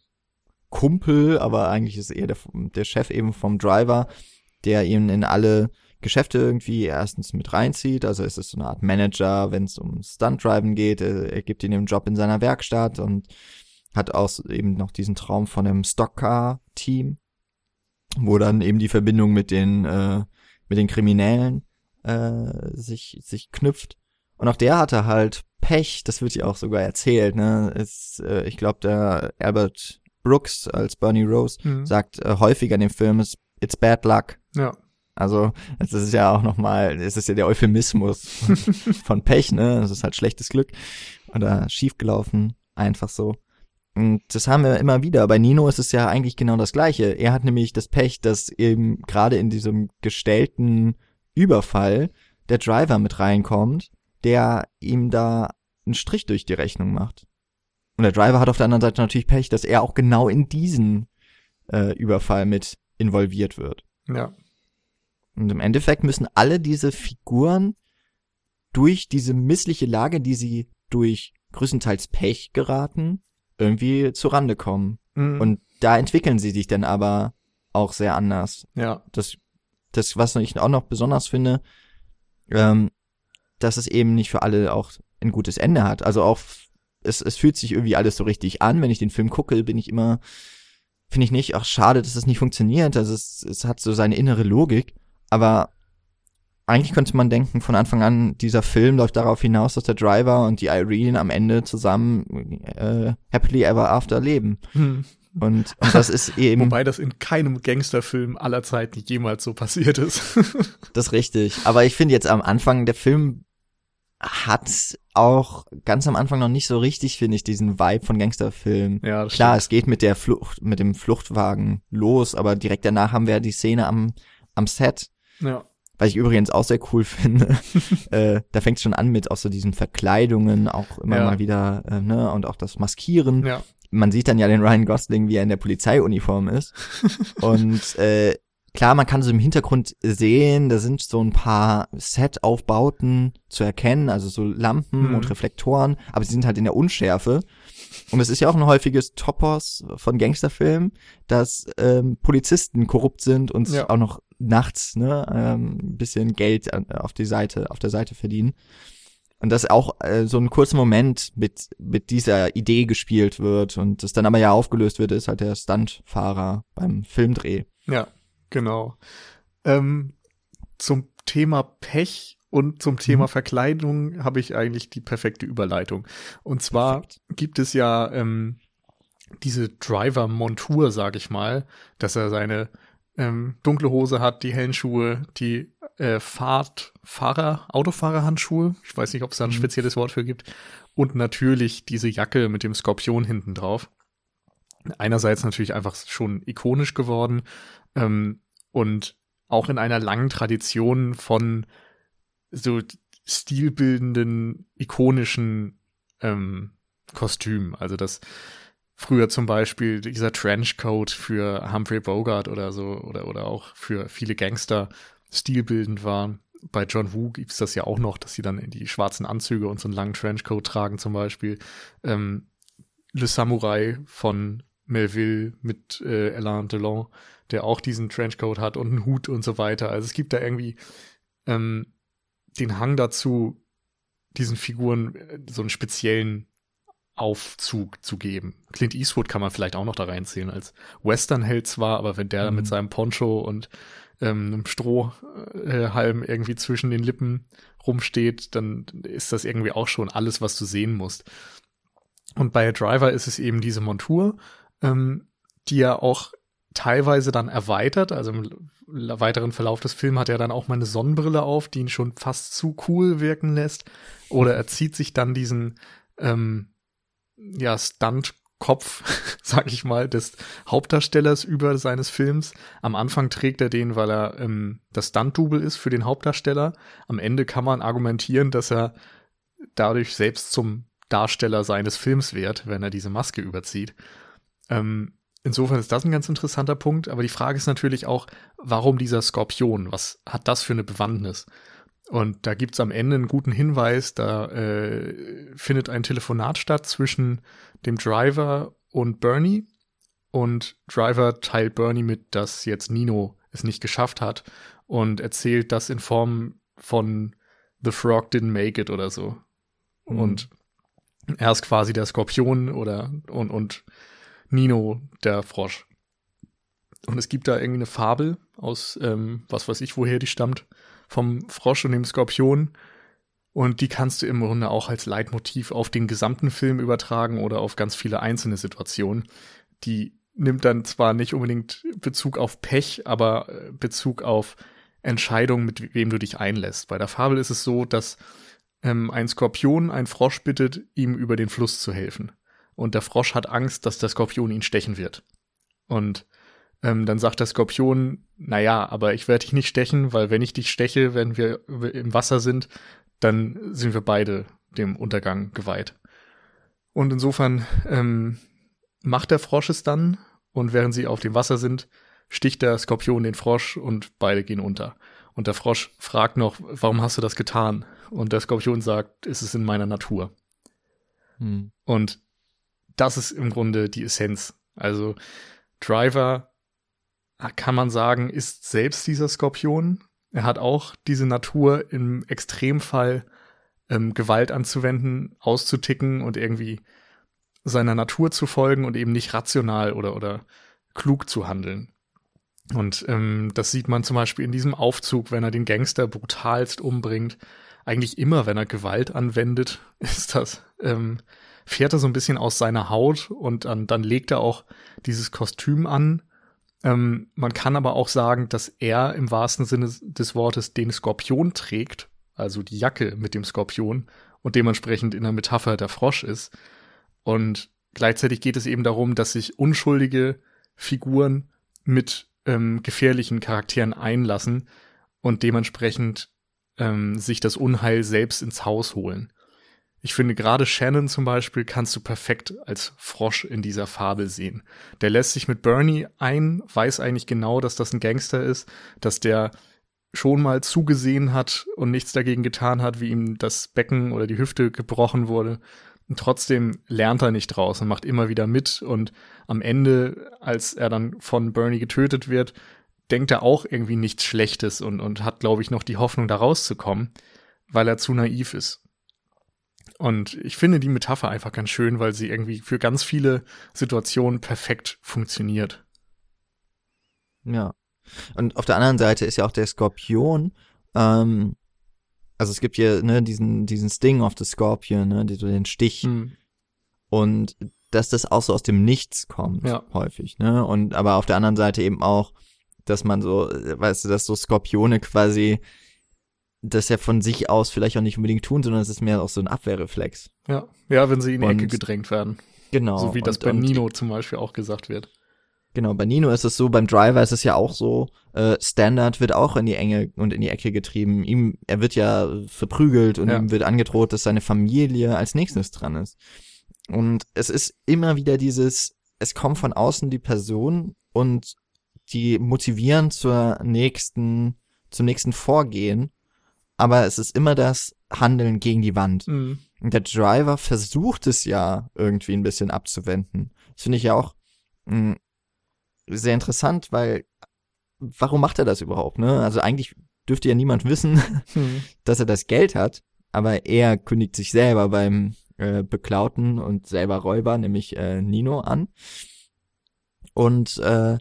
Kumpel, aber eigentlich ist eher der Chef eben vom Driver, der ihn in alle Geschäfte irgendwie erstens mit reinzieht, also es ist so eine Art Manager, wenn es um Stuntdriven geht, er gibt ihm den Job in seiner Werkstatt und hat auch eben noch diesen Traum von einem Stockcar-Team, wo dann eben die Verbindung mit den Kriminellen sich knüpft. Und auch der hatte halt Pech, das wird ja auch sogar erzählt, ne? Ich glaube, der Albert Brooks als Bernie Rose sagt häufiger in dem Film, it's bad luck. Ja. Also, es ist ja auch nochmal, es ist ja der Euphemismus von Pech, ne? Es ist halt schlechtes Glück oder schiefgelaufen, einfach so. Und das haben wir immer wieder. Bei Nino ist es ja eigentlich genau das Gleiche. Er hat nämlich das Pech, dass eben gerade in diesem gestellten Überfall der Driver mit reinkommt, der ihm da einen Strich durch die Rechnung macht. Und der Driver hat auf der anderen Seite natürlich Pech, dass er auch genau in diesen Überfall mit involviert wird. Ja. Und im Endeffekt müssen alle diese Figuren durch diese missliche Lage, die sie durch größtenteils Pech geraten, irgendwie zurande kommen. Und da entwickeln sie sich dann aber auch sehr anders. Ja. Das, was ich auch noch besonders finde, dass es eben nicht für alle auch ein gutes Ende hat. Also auch, es fühlt sich irgendwie alles so richtig an. Wenn ich den Film gucke, finde ich nicht, ach schade, dass das nicht funktioniert. Also es hat so seine innere Logik. Aber eigentlich könnte man denken, von Anfang an, dieser Film läuft darauf hinaus, dass der Driver und die Irene am Ende zusammen happily ever after leben. Und das ist eben... Wobei das in keinem Gangsterfilm aller Zeiten jemals so passiert ist. Das ist richtig. Aber ich finde jetzt am Anfang, der Film hat auch ganz am Anfang noch nicht so richtig, finde ich, diesen Vibe von Gangsterfilm. Ja, das Klar, stimmt. es geht mit der Flucht, mit dem Fluchtwagen los, aber direkt danach haben wir die Szene am Set, Ja. was ich übrigens auch sehr cool finde. Da fängt es schon an mit auch so diesen Verkleidungen, auch immer mal wieder, ne, und auch das Maskieren. Ja. Man sieht dann ja den Ryan Gosling, wie er in der Polizeiuniform ist. Und klar, man kann so im Hintergrund sehen, da sind so ein paar Set-Aufbauten zu erkennen, also so Lampen und Reflektoren, aber sie sind halt in der Unschärfe. Und es ist ja auch ein häufiges Topos von Gangsterfilmen, dass Polizisten korrupt sind und auch noch nachts ein bisschen Geld auf der Seite verdienen. Und dass auch so ein kurzer Moment mit dieser Idee gespielt wird und das dann aber ja aufgelöst wird, ist halt der Stuntfahrer beim Filmdreh. Ja, genau. Zum Thema Pech und zum Thema Verkleidung habe ich eigentlich die perfekte Überleitung. Und zwar gibt es ja diese Driver-Montur, sag ich mal, dass er seine dunkle Hose hat, die hellen Schuhe, die Autofahrerhandschuhe, ich weiß nicht, ob es da ein spezielles Wort für gibt, und natürlich diese Jacke mit dem Skorpion hinten drauf. Einerseits natürlich einfach schon ikonisch geworden und auch in einer langen Tradition von so stilbildenden, ikonischen Kostümen. Also das früher zum Beispiel dieser Trenchcoat für Humphrey Bogart oder so oder auch für viele Gangster stilbildend war. Bei John Woo gibt's das ja auch noch, dass sie dann in die schwarzen Anzüge und so einen langen Trenchcoat tragen zum Beispiel. Le Samurai von Melville mit Alain Delon, der auch diesen Trenchcoat hat und einen Hut und so weiter. Also es gibt da irgendwie den Hang dazu, diesen Figuren so einen speziellen Aufzug zu geben. Clint Eastwood kann man vielleicht auch noch da reinzählen als Westernheld zwar, aber wenn der mit seinem Poncho und einem Strohhalm irgendwie zwischen den Lippen rumsteht, dann ist das irgendwie auch schon alles, was du sehen musst. Und bei Driver ist es eben diese Montur, die er auch teilweise dann erweitert, also im weiteren Verlauf des Films hat er dann auch mal eine Sonnenbrille auf, die ihn schon fast zu cool wirken lässt, oder er zieht sich dann diesen Stunt-Kopf, sag ich mal, des Hauptdarstellers über seines Films. Am Anfang trägt er den, weil er das Stunt-Double ist für den Hauptdarsteller. Am Ende kann man argumentieren, dass er dadurch selbst zum Darsteller seines Films wird, wenn er diese Maske überzieht. Insofern ist das ein ganz interessanter Punkt, aber die Frage ist natürlich auch, warum dieser Skorpion? Was hat das für eine Bewandtnis? Und da gibt's am Ende einen guten Hinweis, da findet ein Telefonat statt zwischen dem Driver und Bernie. Und Driver teilt Bernie mit, dass jetzt Nino es nicht geschafft hat und erzählt das in Form von The Frog didn't make it oder so. Und er ist quasi der Skorpion und Nino der Frosch. Und es gibt da irgendwie eine Fabel aus, was weiß ich, woher die stammt, vom Frosch und dem Skorpion. Und die kannst du im Grunde auch als Leitmotiv auf den gesamten Film übertragen oder auf ganz viele einzelne Situationen. Die nimmt dann zwar nicht unbedingt Bezug auf Pech, aber Bezug auf Entscheidungen, mit wem du dich einlässt. Bei der Fabel ist es so, dass ein Skorpion einen Frosch bittet, ihm über den Fluss zu helfen. Und der Frosch hat Angst, dass der Skorpion ihn stechen wird. Und dann sagt der Skorpion, naja, aber ich werde dich nicht stechen, weil wenn ich dich steche, wenn wir im Wasser sind, dann sind wir beide dem Untergang geweiht. Und insofern macht der Frosch es dann und während sie auf dem Wasser sind, sticht der Skorpion den Frosch und beide gehen unter. Und der Frosch fragt noch, warum hast du das getan? Und der Skorpion sagt, es ist in meiner Natur. Und das ist im Grunde die Essenz. Also Driver, kann man sagen, ist selbst dieser Skorpion. Er hat auch diese Natur im Extremfall Gewalt anzuwenden, auszuticken und irgendwie seiner Natur zu folgen und eben nicht rational oder klug zu handeln. Und das sieht man zum Beispiel in diesem Aufzug, wenn er den Gangster brutalst umbringt. Eigentlich immer, wenn er Gewalt anwendet, ist das fährt er so ein bisschen aus seiner Haut und dann legt er auch dieses Kostüm an. Man kann aber auch sagen, dass er im wahrsten Sinne des Wortes den Skorpion trägt, also die Jacke mit dem Skorpion und dementsprechend in der Metapher der Frosch ist. Und gleichzeitig geht es eben darum, dass sich unschuldige Figuren mit gefährlichen Charakteren einlassen und dementsprechend sich das Unheil selbst ins Haus holen. Ich finde, gerade Shannon zum Beispiel kannst du perfekt als Frosch in dieser Fabel sehen. Der lässt sich mit Bernie ein, weiß eigentlich genau, dass das ein Gangster ist, dass der schon mal zugesehen hat und nichts dagegen getan hat, wie ihm das Becken oder die Hüfte gebrochen wurde. Und trotzdem lernt er nicht draus und macht immer wieder mit. Und am Ende, als er dann von Bernie getötet wird, denkt er auch irgendwie nichts Schlechtes und hat, glaube ich, noch die Hoffnung, da rauszukommen, weil er zu naiv ist. Und ich finde die Metapher einfach ganz schön, weil sie irgendwie für ganz viele Situationen perfekt funktioniert. Ja. Und auf der anderen Seite ist ja auch der Skorpion, also es gibt hier, ne, diesen Sting of the Scorpion, ne, den Stich. Und dass das auch so aus dem Nichts kommt, häufig, ne? Und aber auf der anderen Seite eben auch, dass man so, weißt du, dass so Skorpione quasi das ja von sich aus vielleicht auch nicht unbedingt tun, sondern es ist mehr auch so ein Abwehrreflex. Ja, wenn sie in die Ecke gedrängt werden. Genau. So wie das bei Nino zum Beispiel auch gesagt wird. Genau, bei Nino ist es so, beim Driver ist es ja auch so, Standard wird auch in die Enge und in die Ecke getrieben. Er wird ja verprügelt und ihm wird angedroht, dass seine Familie als nächstes dran ist. Und es ist immer wieder es kommt von außen die Person und die motivieren zum nächsten Vorgehen, aber es ist immer das Handeln gegen die Wand. Und der Driver versucht es ja irgendwie ein bisschen abzuwenden. Das finde ich ja auch sehr interessant, weil warum macht er das überhaupt, ne? Also eigentlich dürfte ja niemand wissen, dass er das Geld hat, aber er kündigt sich selber beim Beklauten und selber Räuber, nämlich Nino, an. Und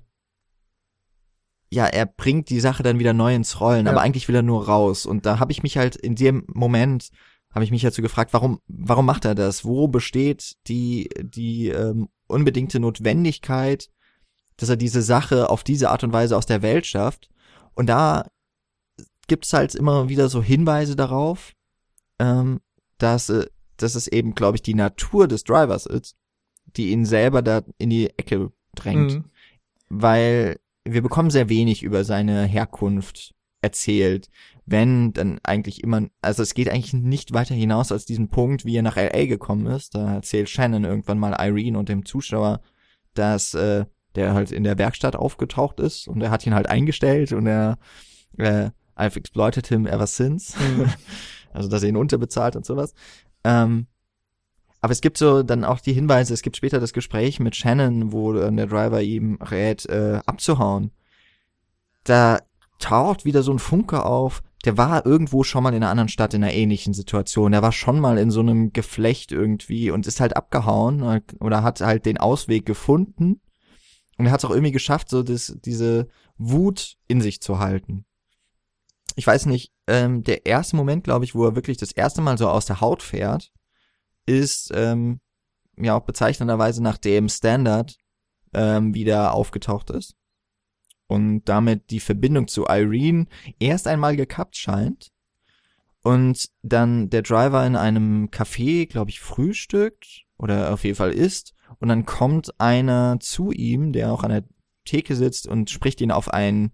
er bringt die Sache dann wieder neu ins Rollen, aber eigentlich will er nur raus. Und da habe ich mich halt in dem Moment so gefragt, warum macht er das? Wo besteht die unbedingte Notwendigkeit, dass er diese Sache auf diese Art und Weise aus der Welt schafft? Und da gibt's halt immer wieder so Hinweise darauf, dass es eben, glaube ich, die Natur des Drivers ist, die ihn selber da in die Ecke drängt. Weil wir bekommen sehr wenig über seine Herkunft erzählt, wenn dann eigentlich immer, also es geht eigentlich nicht weiter hinaus als diesen Punkt, wie er nach L.A. gekommen ist. Da erzählt Shannon irgendwann mal Irene und dem Zuschauer, dass der halt in der Werkstatt aufgetaucht ist und er hat ihn halt eingestellt und I've exploited him ever since. Also dass er ihn unterbezahlt und sowas. Aber es gibt so dann auch die Hinweise, es gibt später das Gespräch mit Shannon, wo der Driver ihm rät, abzuhauen. Da taucht wieder so ein Funke auf, der war irgendwo schon mal in einer anderen Stadt in einer ähnlichen Situation. Der war schon mal in so einem Geflecht irgendwie und ist halt abgehauen oder hat halt den Ausweg gefunden. Und er hat es auch irgendwie geschafft, so diese Wut in sich zu halten. Ich weiß nicht, der erste Moment, glaube ich, wo er wirklich das erste Mal so aus der Haut fährt, ist auch bezeichnenderweise nachdem Standard wieder aufgetaucht ist und damit die Verbindung zu Irene erst einmal gekappt scheint und dann der Driver in einem Café, glaube ich, frühstückt oder auf jeden Fall isst und dann kommt einer zu ihm, der auch an der Theke sitzt und spricht ihn auf einen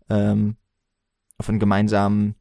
gemeinsamen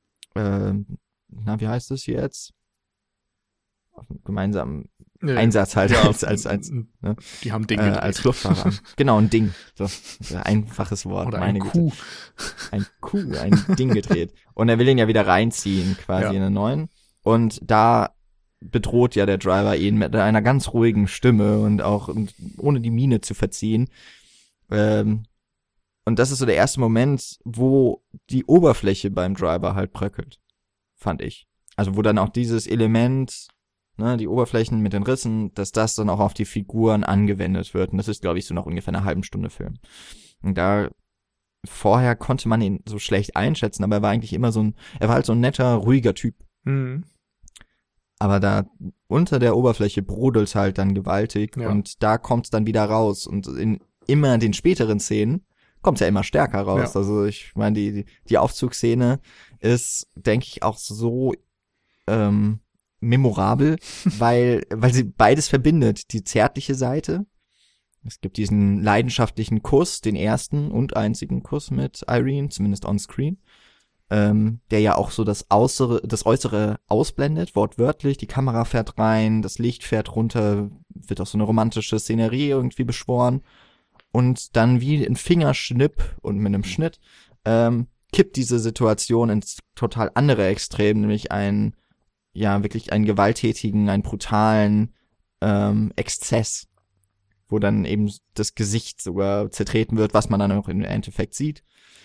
wie heißt das jetzt? Auf einen gemeinsamen Einsatz halt als ne? Die haben Ding gedreht. Als Fluchtfahrer. Genau, ein Ding. So, einfaches Wort. Oder eine Kuh. Ein Ding gedreht. Und er will ihn ja wieder reinziehen, quasi in einen neuen. Und da bedroht ja der Driver ihn mit einer ganz ruhigen Stimme und ohne die Miene zu verziehen. Und das ist so der erste Moment, wo die Oberfläche beim Driver halt bröckelt, fand ich. Also wo dann auch dieses Element, ne, die Oberflächen mit den Rissen, dass das dann auch auf die Figuren angewendet wird. Und das ist, glaube ich, so nach ungefähr einer halben Stunde Film. Und vorher konnte man ihn so schlecht einschätzen, aber er war eigentlich immer er war halt so ein netter, ruhiger Typ. Aber da unter der Oberfläche brodelt halt dann gewaltig und da kommt es dann wieder raus. Und in immer den späteren Szenen kommt es ja immer stärker raus. Ja. Also ich meine, die Aufzugsszene ist, denke ich, auch so memorabel, weil sie beides verbindet. Die zärtliche Seite. Es gibt diesen leidenschaftlichen Kuss, den ersten und einzigen Kuss mit Irene, zumindest on screen, der ja auch so das Äußere ausblendet, wortwörtlich. Die Kamera fährt rein, das Licht fährt runter, wird auch so eine romantische Szenerie irgendwie beschworen. Und dann wie ein Fingerschnipp und mit einem Schnitt kippt diese Situation ins total andere Extrem, nämlich wirklich einen gewalttätigen, einen brutalen Exzess, wo dann eben das Gesicht sogar zertreten wird, was man dann auch im Endeffekt sieht.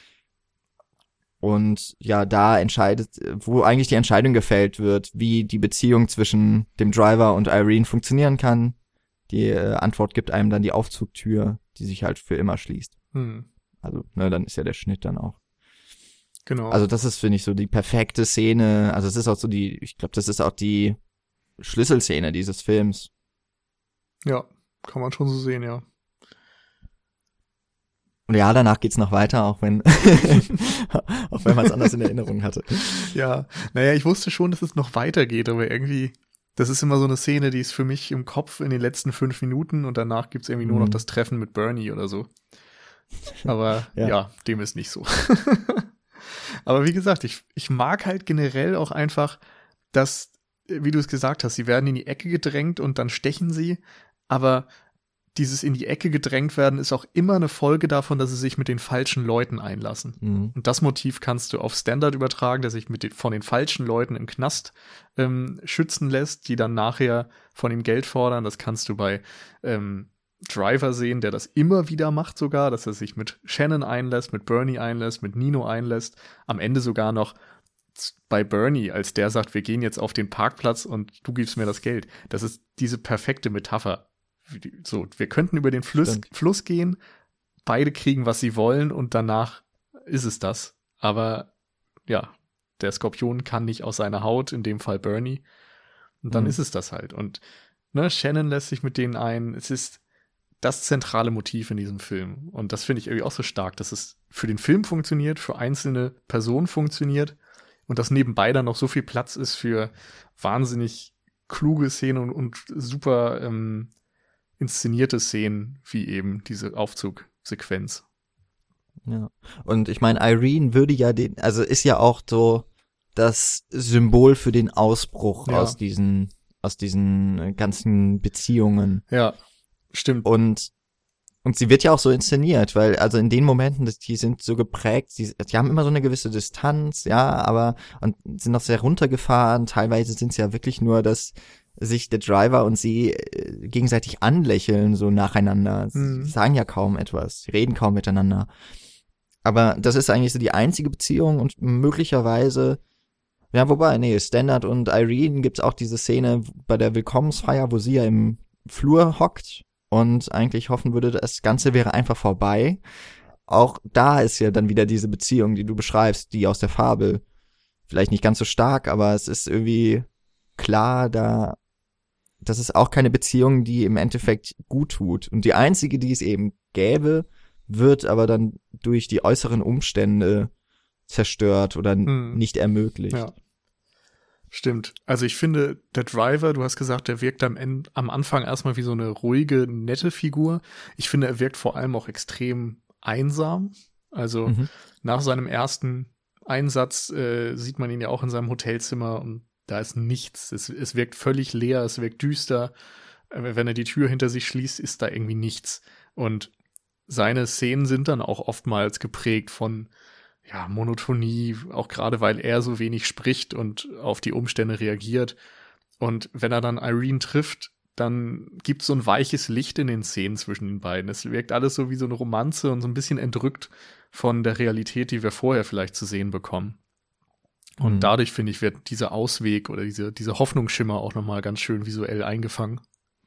Und ja, wo eigentlich die Entscheidung gefällt wird, wie die Beziehung zwischen dem Driver und Irene funktionieren kann. Die Antwort gibt einem dann die Aufzugtür, die sich halt für immer schließt. Also, dann ist ja der Schnitt dann auch. Genau. Also das ist, finde ich, so die perfekte Szene. Also es ist auch so ich glaube, das ist auch die Schlüsselszene dieses Films. Ja, kann man schon so sehen, ja. Und ja, danach geht's noch weiter, auch wenn man es anders in Erinnerung hatte. Ja, naja, ich wusste schon, dass es noch weitergeht, aber irgendwie, das ist immer so eine Szene, die ist für mich im Kopf in den letzten 5 Minuten und danach gibt's irgendwie nur noch das Treffen mit Bernie oder so. Aber ja, dem ist nicht so. Aber wie gesagt, ich mag halt generell auch einfach, dass, wie du es gesagt hast, sie werden in die Ecke gedrängt und dann stechen sie, aber dieses in die Ecke gedrängt werden ist auch immer eine Folge davon, dass sie sich mit den falschen Leuten einlassen. Und das Motiv kannst du auf Standard übertragen, der sich von den falschen Leuten im Knast schützen lässt, die dann nachher von ihm Geld fordern. Das kannst du bei Driver sehen, der das immer wieder macht sogar, dass er sich mit Shannon einlässt, mit Bernie einlässt, mit Nino einlässt. Am Ende sogar noch bei Bernie, als der sagt, wir gehen jetzt auf den Parkplatz und du gibst mir das Geld. Das ist diese perfekte Metapher. So, wir könnten über den Fluss gehen, beide kriegen, was sie wollen und danach ist es das. Aber ja, der Skorpion kann nicht aus seiner Haut, in dem Fall Bernie. Und dann ist es das halt. Und Shannon lässt sich mit denen ein. Es ist das zentrale Motiv in diesem Film. Und das finde ich irgendwie auch so stark, dass es für den Film funktioniert, für einzelne Personen funktioniert und dass nebenbei dann noch so viel Platz ist für wahnsinnig kluge Szenen und super inszenierte Szenen, wie eben diese Aufzugsequenz. Ja. Und ich meine, Irene würde ja ist ja auch so das Symbol für den Ausbruch aus diesen ganzen Beziehungen. Ja, stimmt. Und sie wird ja auch so inszeniert, weil also in den Momenten, die sind so geprägt, die haben immer so eine gewisse Distanz, ja, und sind auch sehr runtergefahren. Teilweise sind es ja wirklich nur, dass sich der Driver und sie gegenseitig anlächeln, so nacheinander. Sie sagen ja kaum etwas, sie reden kaum miteinander. Aber das ist eigentlich so die einzige Beziehung und möglicherweise, ja, wobei, Standard und Irene gibt's auch diese Szene bei der Willkommensfeier, wo sie ja im Flur hockt und eigentlich hoffen würde, das Ganze wäre einfach vorbei. Auch da ist ja dann wieder diese Beziehung, die du beschreibst, die aus der Fabel. Vielleicht nicht ganz so stark, aber es ist irgendwie klar, das ist auch keine Beziehung, die im Endeffekt gut tut. Und die einzige, die es eben gäbe, wird aber dann durch die äußeren Umstände zerstört oder nicht ermöglicht. Ja. Stimmt. Also ich finde, der Driver, du hast gesagt, der wirkt am Anfang erstmal wie so eine ruhige, nette Figur. Ich finde, er wirkt vor allem auch extrem einsam. Also nach seinem ersten Einsatz sieht man ihn ja auch in seinem Hotelzimmer und da ist nichts. Es wirkt völlig leer, es wirkt düster. Wenn er die Tür hinter sich schließt, ist da irgendwie nichts. Und seine Szenen sind dann auch oftmals geprägt von Monotonie, auch gerade weil er so wenig spricht und auf die Umstände reagiert. Und wenn er dann Irene trifft, dann gibt es so ein weiches Licht in den Szenen zwischen den beiden. Es wirkt alles so wie so eine Romanze und so ein bisschen entrückt von der Realität, die wir vorher vielleicht zu sehen bekommen. Und dadurch, finde ich, wird dieser Ausweg oder diese Hoffnungsschimmer auch nochmal ganz schön visuell eingefangen.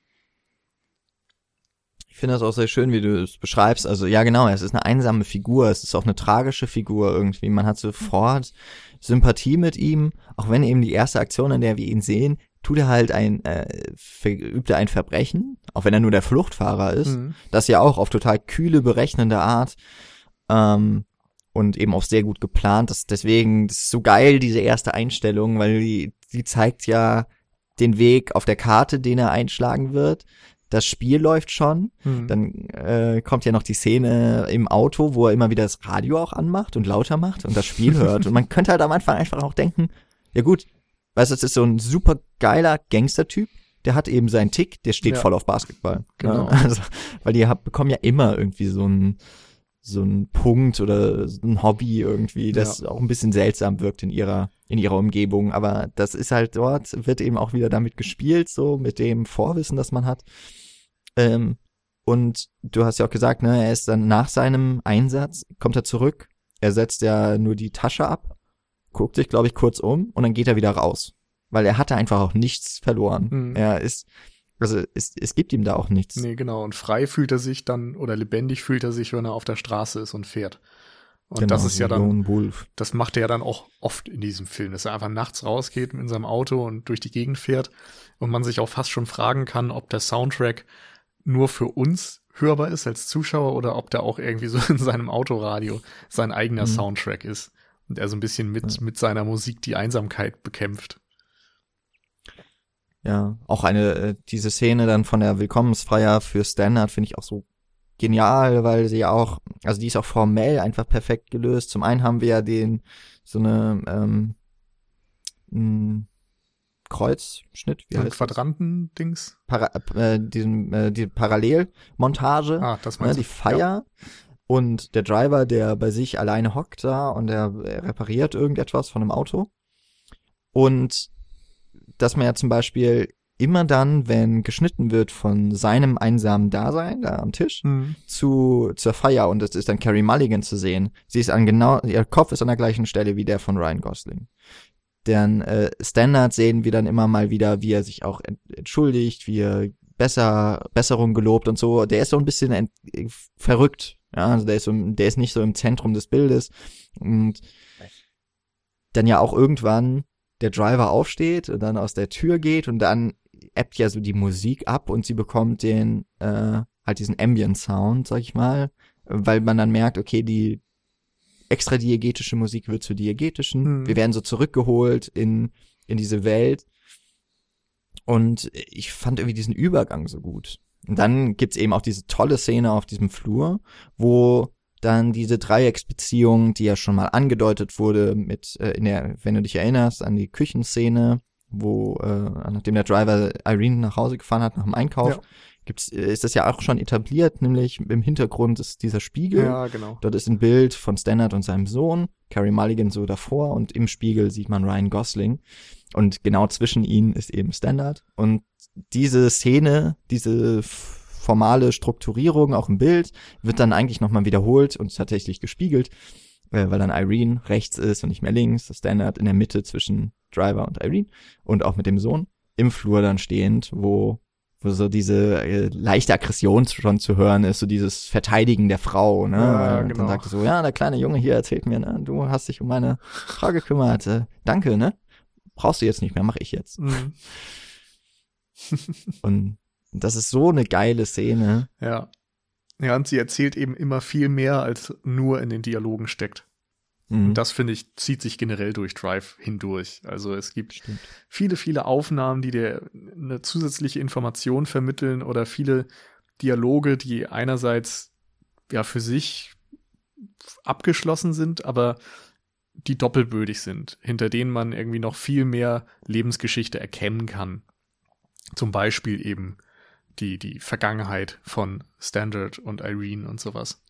Ich finde das auch sehr schön, wie du es beschreibst. Also ja, genau, es ist eine einsame Figur, es ist auch eine tragische Figur irgendwie. Man hat sofort Sympathie mit ihm, auch wenn eben die erste Aktion, in der wir ihn sehen, tut er halt übt er ein Verbrechen, auch wenn er nur der Fluchtfahrer ist. Das ja auch auf total kühle, berechnende Art. und eben auch sehr gut geplant. Deswegen, das ist so geil, diese erste Einstellung, weil die zeigt ja den Weg auf der Karte, den er einschlagen wird. Das Spiel läuft schon. Dann kommt ja noch die Szene im Auto, wo er immer wieder das Radio auch anmacht und lauter macht und das Spiel hört. Und man könnte halt am Anfang einfach auch denken, ja gut, weißt du, das ist so ein super geiler Gangstertyp, der hat eben seinen Tick, der steht voll auf Basketball. Genau. Ne? Also, weil die bekommen ja immer irgendwie so ein Punkt oder so ein Hobby irgendwie, das auch ein bisschen seltsam wirkt in ihrer Umgebung. Aber das ist halt dort, wird eben auch wieder damit gespielt, so mit dem Vorwissen, das man hat. Und du hast ja auch gesagt, ne, er ist dann nach seinem Einsatz, kommt er zurück, er setzt ja nur die Tasche ab, guckt sich, glaube ich, kurz um und dann geht er wieder raus. Weil er hatte einfach auch nichts verloren. Es gibt ihm da auch nichts. Nee, genau. Und frei fühlt er sich dann, oder lebendig fühlt er sich, wenn er auf der Straße ist und fährt. Und genau, das ist ja dann, Wolf. Das macht er ja dann auch oft in diesem Film, dass er einfach nachts rausgeht in seinem Auto und durch die Gegend fährt und man sich auch fast schon fragen kann, ob der Soundtrack nur für uns hörbar ist als Zuschauer oder ob der auch irgendwie so in seinem Autoradio sein eigener Soundtrack ist und er so ein bisschen mit seiner Musik die Einsamkeit bekämpft. Ja, auch diese Szene dann von der Willkommensfeier für Standard finde ich auch so genial, weil sie ja auch, also die ist auch formell einfach perfekt gelöst. Zum einen haben wir ja so eine Kreuzschnitt, wie heißt Quadranten-Dings? Die Parallelmontage, das meinst die Feier. Ja. Und der Driver, der bei sich alleine hockt da und er repariert irgendetwas von einem Auto. Und dass man ja zum Beispiel immer dann, wenn geschnitten wird von seinem einsamen Dasein da am Tisch zur Feier und es ist dann Carey Mulligan zu sehen, ihr Kopf ist an der gleichen Stelle wie der von Ryan Gosling. Dann Standard sehen wir dann immer mal wieder, wie er sich auch entschuldigt, wie er Besserung gelobt und so. Der ist so ein bisschen verrückt. Ja, also der ist nicht so im Zentrum des Bildes. Und dann ja auch irgendwann der Driver aufsteht und dann aus der Tür geht und dann ebbt ja so die Musik ab und sie bekommt halt diesen Ambient-Sound, sag ich mal, weil man dann merkt, okay, die extra diegetische Musik wird zur diegetischen. Wir werden so zurückgeholt in diese Welt. Und ich fand irgendwie diesen Übergang so gut. Und dann gibt's eben auch diese tolle Szene auf diesem Flur, wo dann diese Dreiecksbeziehung, die ja schon mal angedeutet wurde wenn du dich erinnerst, an die Küchenszene, wo, nachdem der Driver Irene nach Hause gefahren hat nach dem Einkauf, ist das ja auch schon etabliert, nämlich im Hintergrund ist dieser Spiegel. Ja, genau. Dort ist ein Bild von Standard und seinem Sohn, Carey Mulligan so davor und im Spiegel sieht man Ryan Gosling und genau zwischen ihnen ist eben Standard und diese Szene, diese formale Strukturierung auch im Bild wird dann eigentlich nochmal wiederholt und tatsächlich gespiegelt, weil dann Irene rechts ist und nicht mehr links, das Standard in der Mitte zwischen Driver und Irene und auch mit dem Sohn im Flur dann stehend, wo so diese leichte Aggression schon zu hören ist, so dieses Verteidigen der Frau, ne? Ja, und genau. dann sagt er so, ja, der kleine Junge hier erzählt mir, ne, du hast dich um meine Frau gekümmert, danke, ne? Brauchst du jetzt nicht mehr, mach ich jetzt. Und das ist so eine geile Szene. Ja. Ja, und sie erzählt eben immer viel mehr, als nur in den Dialogen steckt. Und das, finde ich, zieht sich generell durch Drive hindurch. Also es gibt viele, viele Aufnahmen, die dir eine zusätzliche Information vermitteln oder viele Dialoge, die einerseits ja für sich abgeschlossen sind, aber die doppelbödig sind, hinter denen man irgendwie noch viel mehr Lebensgeschichte erkennen kann. Zum Beispiel eben die Vergangenheit von Standard und Irene und sowas.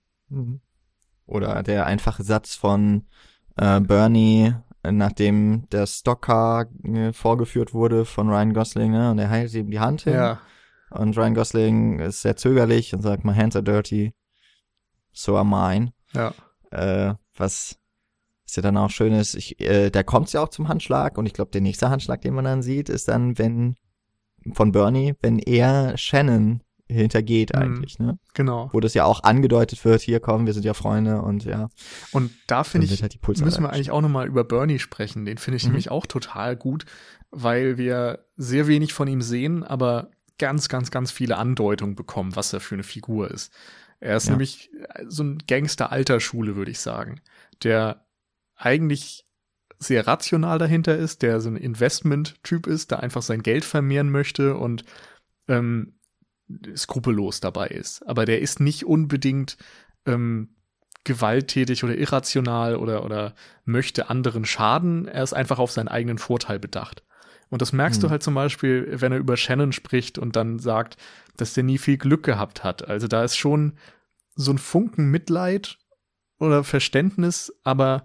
Oder der einfache Satz von Bernie, nachdem der Stockcar vorgeführt wurde von Ryan Gosling, ne, und er hält ihm die Hand hin. Ja. Und Ryan Gosling ist sehr zögerlich und sagt, my hands are dirty, so are mine. Ja. Was ja dann auch schön ist, da kommt's ja auch zum Handschlag und ich glaube, der nächste Handschlag, den man dann sieht, ist dann, wenn er Shannon hintergeht eigentlich, ne? Genau. Wo das ja auch angedeutet wird, hier komm, wir sind ja Freunde und ja. Und da finde ich, halt müssen wir eigentlich auch nochmal über Bernie sprechen. Den finde ich nämlich auch total gut, weil wir sehr wenig von ihm sehen, aber ganz, ganz, ganz viele Andeutungen bekommen, was er für eine Figur ist. Er ist nämlich so ein Gangster alter Schule, würde ich sagen, der eigentlich sehr rational dahinter ist, der so ein Investment-Typ ist, der einfach sein Geld vermehren möchte und skrupellos dabei ist. Aber der ist nicht unbedingt gewalttätig oder irrational oder möchte anderen schaden. Er ist einfach auf seinen eigenen Vorteil bedacht. Und das merkst du halt zum Beispiel, wenn er über Shannon spricht und dann sagt, dass der nie viel Glück gehabt hat. Also da ist schon so ein Funken Mitleid oder Verständnis, aber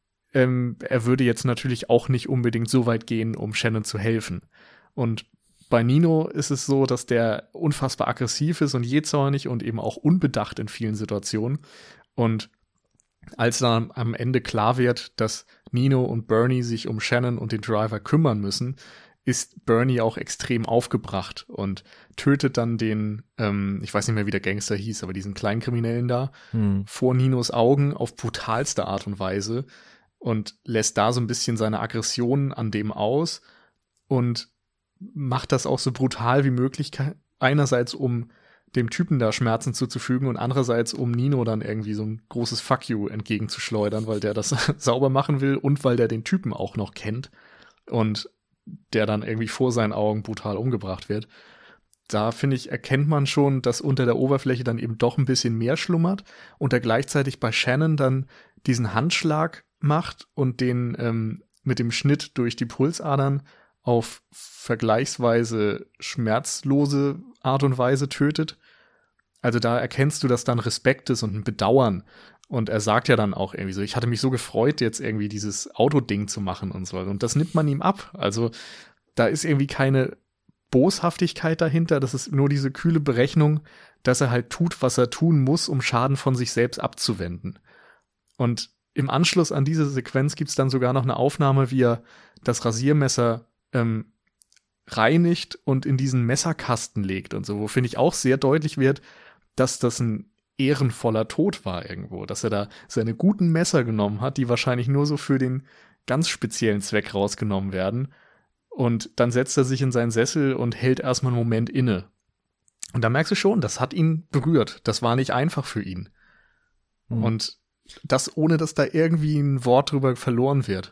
er würde jetzt natürlich auch nicht unbedingt so weit gehen, um Shannon zu helfen. Und bei Nino ist es so, dass der unfassbar aggressiv ist und jähzornig und eben auch unbedacht in vielen Situationen. Und als dann am Ende klar wird, dass Nino und Bernie sich um Shannon und den Driver kümmern müssen, ist Bernie auch extrem aufgebracht und tötet dann den, ich weiß nicht mehr, wie der Gangster hieß, aber diesen Kleinkriminellen da, vor Ninos Augen auf brutalste Art und Weise und lässt da so ein bisschen seine Aggressionen an dem aus und macht das auch so brutal wie möglich, einerseits um dem Typen da Schmerzen zuzufügen und andererseits um Nino dann irgendwie so ein großes Fuck you entgegenzuschleudern, weil der das sauber machen will und weil der den Typen auch noch kennt und der dann irgendwie vor seinen Augen brutal umgebracht wird. Da, finde ich, erkennt man schon, dass unter der Oberfläche dann eben doch ein bisschen mehr schlummert und er gleichzeitig bei Shannon dann diesen Handschlag macht und den mit dem Schnitt durch die Pulsadern auf vergleichsweise schmerzlose Art und Weise tötet. Also da erkennst du, dass dann Respekt ist und ein Bedauern. Und er sagt ja dann auch irgendwie so, ich hatte mich so gefreut, jetzt irgendwie dieses Autoding zu machen und so. Und das nimmt man ihm ab. Also da ist irgendwie keine Boshaftigkeit dahinter. Das ist nur diese kühle Berechnung, dass er halt tut, was er tun muss, um Schaden von sich selbst abzuwenden. Und im Anschluss an diese Sequenz gibt's dann sogar noch eine Aufnahme, wie er das Rasiermesser reinigt und in diesen Messerkasten legt und so, wo, finde ich, auch sehr deutlich wird, dass das ein ehrenvoller Tod war irgendwo, dass er da seine guten Messer genommen hat, die wahrscheinlich nur so für den ganz speziellen Zweck rausgenommen werden und dann setzt er sich in seinen Sessel und hält erstmal einen Moment inne. Und da merkst du schon, das hat ihn berührt, das war nicht einfach für ihn. Und das ohne, dass da irgendwie ein Wort drüber verloren wird.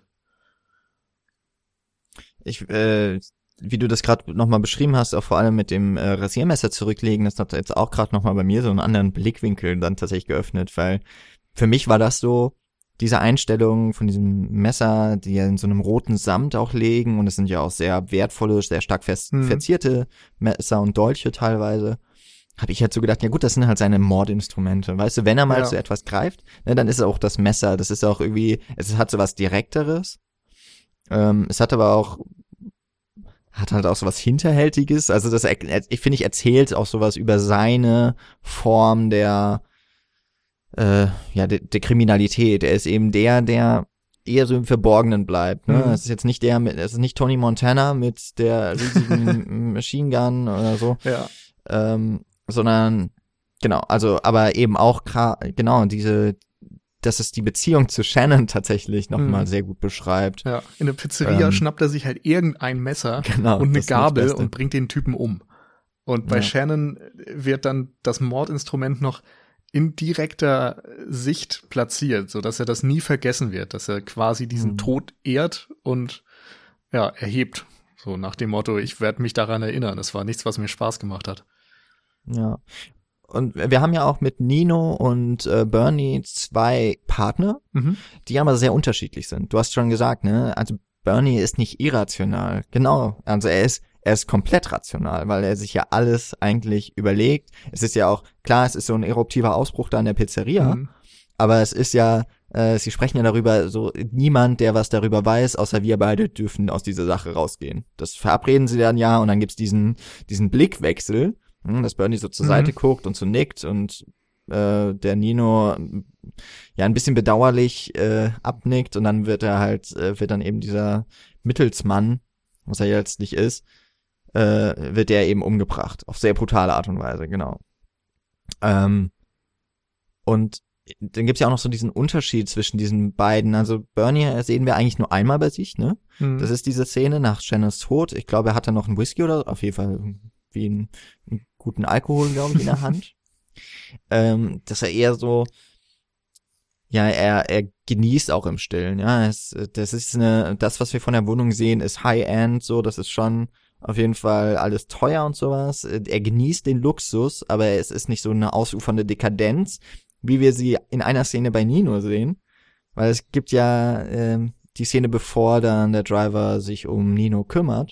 Wie du das gerade nochmal beschrieben hast, auch vor allem mit dem Rasiermesser zurücklegen, das hat jetzt auch gerade nochmal bei mir so einen anderen Blickwinkel dann tatsächlich geöffnet, weil für mich war das so, diese Einstellung von diesem Messer, die ja in so einem roten Samt auch legen und es sind ja auch sehr wertvolle, sehr stark verzierte Messer und Dolche teilweise, habe ich halt so gedacht, ja gut, das sind halt seine Mordinstrumente, weißt du, wenn er mal zu etwas greift, ne, dann ist es auch das Messer, das ist auch irgendwie, es hat so was Direkteres, es hat aber auch hat halt auch so was Hinterhältiges, also das, ich finde, erzählt auch sowas über seine Form der Kriminalität. Er ist eben der eher so im Verborgenen bleibt, ne? Es ist jetzt nicht es ist nicht Tony Montana mit der riesigen Machine Gun oder so, sondern, genau, also, aber eben auch, genau, dass es die Beziehung zu Shannon tatsächlich nochmal sehr gut beschreibt. Ja, in der Pizzeria schnappt er sich halt irgendein Messer und eine Gabel und bringt den Typen um. Und bei Shannon wird dann das Mordinstrument noch in direkter Sicht platziert, so dass er das nie vergessen wird, dass er quasi diesen Tod ehrt und erhebt. So nach dem Motto, ich werde mich daran erinnern. Das war nichts, was mir Spaß gemacht hat. Ja. Und wir haben ja auch mit Nino und Bernie zwei Partner, die aber sehr unterschiedlich sind. Du hast schon gesagt, ne? Also Bernie ist nicht irrational. Genau. Also er ist komplett rational, weil er sich ja alles eigentlich überlegt. Es ist ja auch, klar, es ist so ein eruptiver Ausbruch da in der Pizzeria, aber es ist ja, sie sprechen ja darüber, so niemand, der was darüber weiß, außer wir beide dürfen aus dieser Sache rausgehen. Das verabreden sie dann ja und dann gibt's diesen Blickwechsel, dass Bernie so zur Seite guckt und so nickt und der Nino ja ein bisschen bedauerlich abnickt und dann wird dann eben dieser Mittelsmann, was er jetzt nicht ist, wird der eben umgebracht. Auf sehr brutale Art und Weise, genau. Und dann gibt's ja auch noch so diesen Unterschied zwischen diesen beiden. Also Bernie sehen wir eigentlich nur einmal bei sich, ne? Das ist diese Szene nach Shannons Tod. Ich glaube, er hat dann noch einen Whisky oder auf jeden Fall wie einen guten Alkohol, glaube ich, in der Hand. dass er eher so, ja, er genießt auch im Stillen, ja, das ist das, was wir von der Wohnung sehen, ist High-End, so, das ist schon auf jeden Fall alles teuer und sowas. Er genießt den Luxus, aber es ist nicht so eine ausufernde Dekadenz, wie wir sie in einer Szene bei Nino sehen, weil es gibt ja die Szene, bevor dann der Driver sich um Nino kümmert,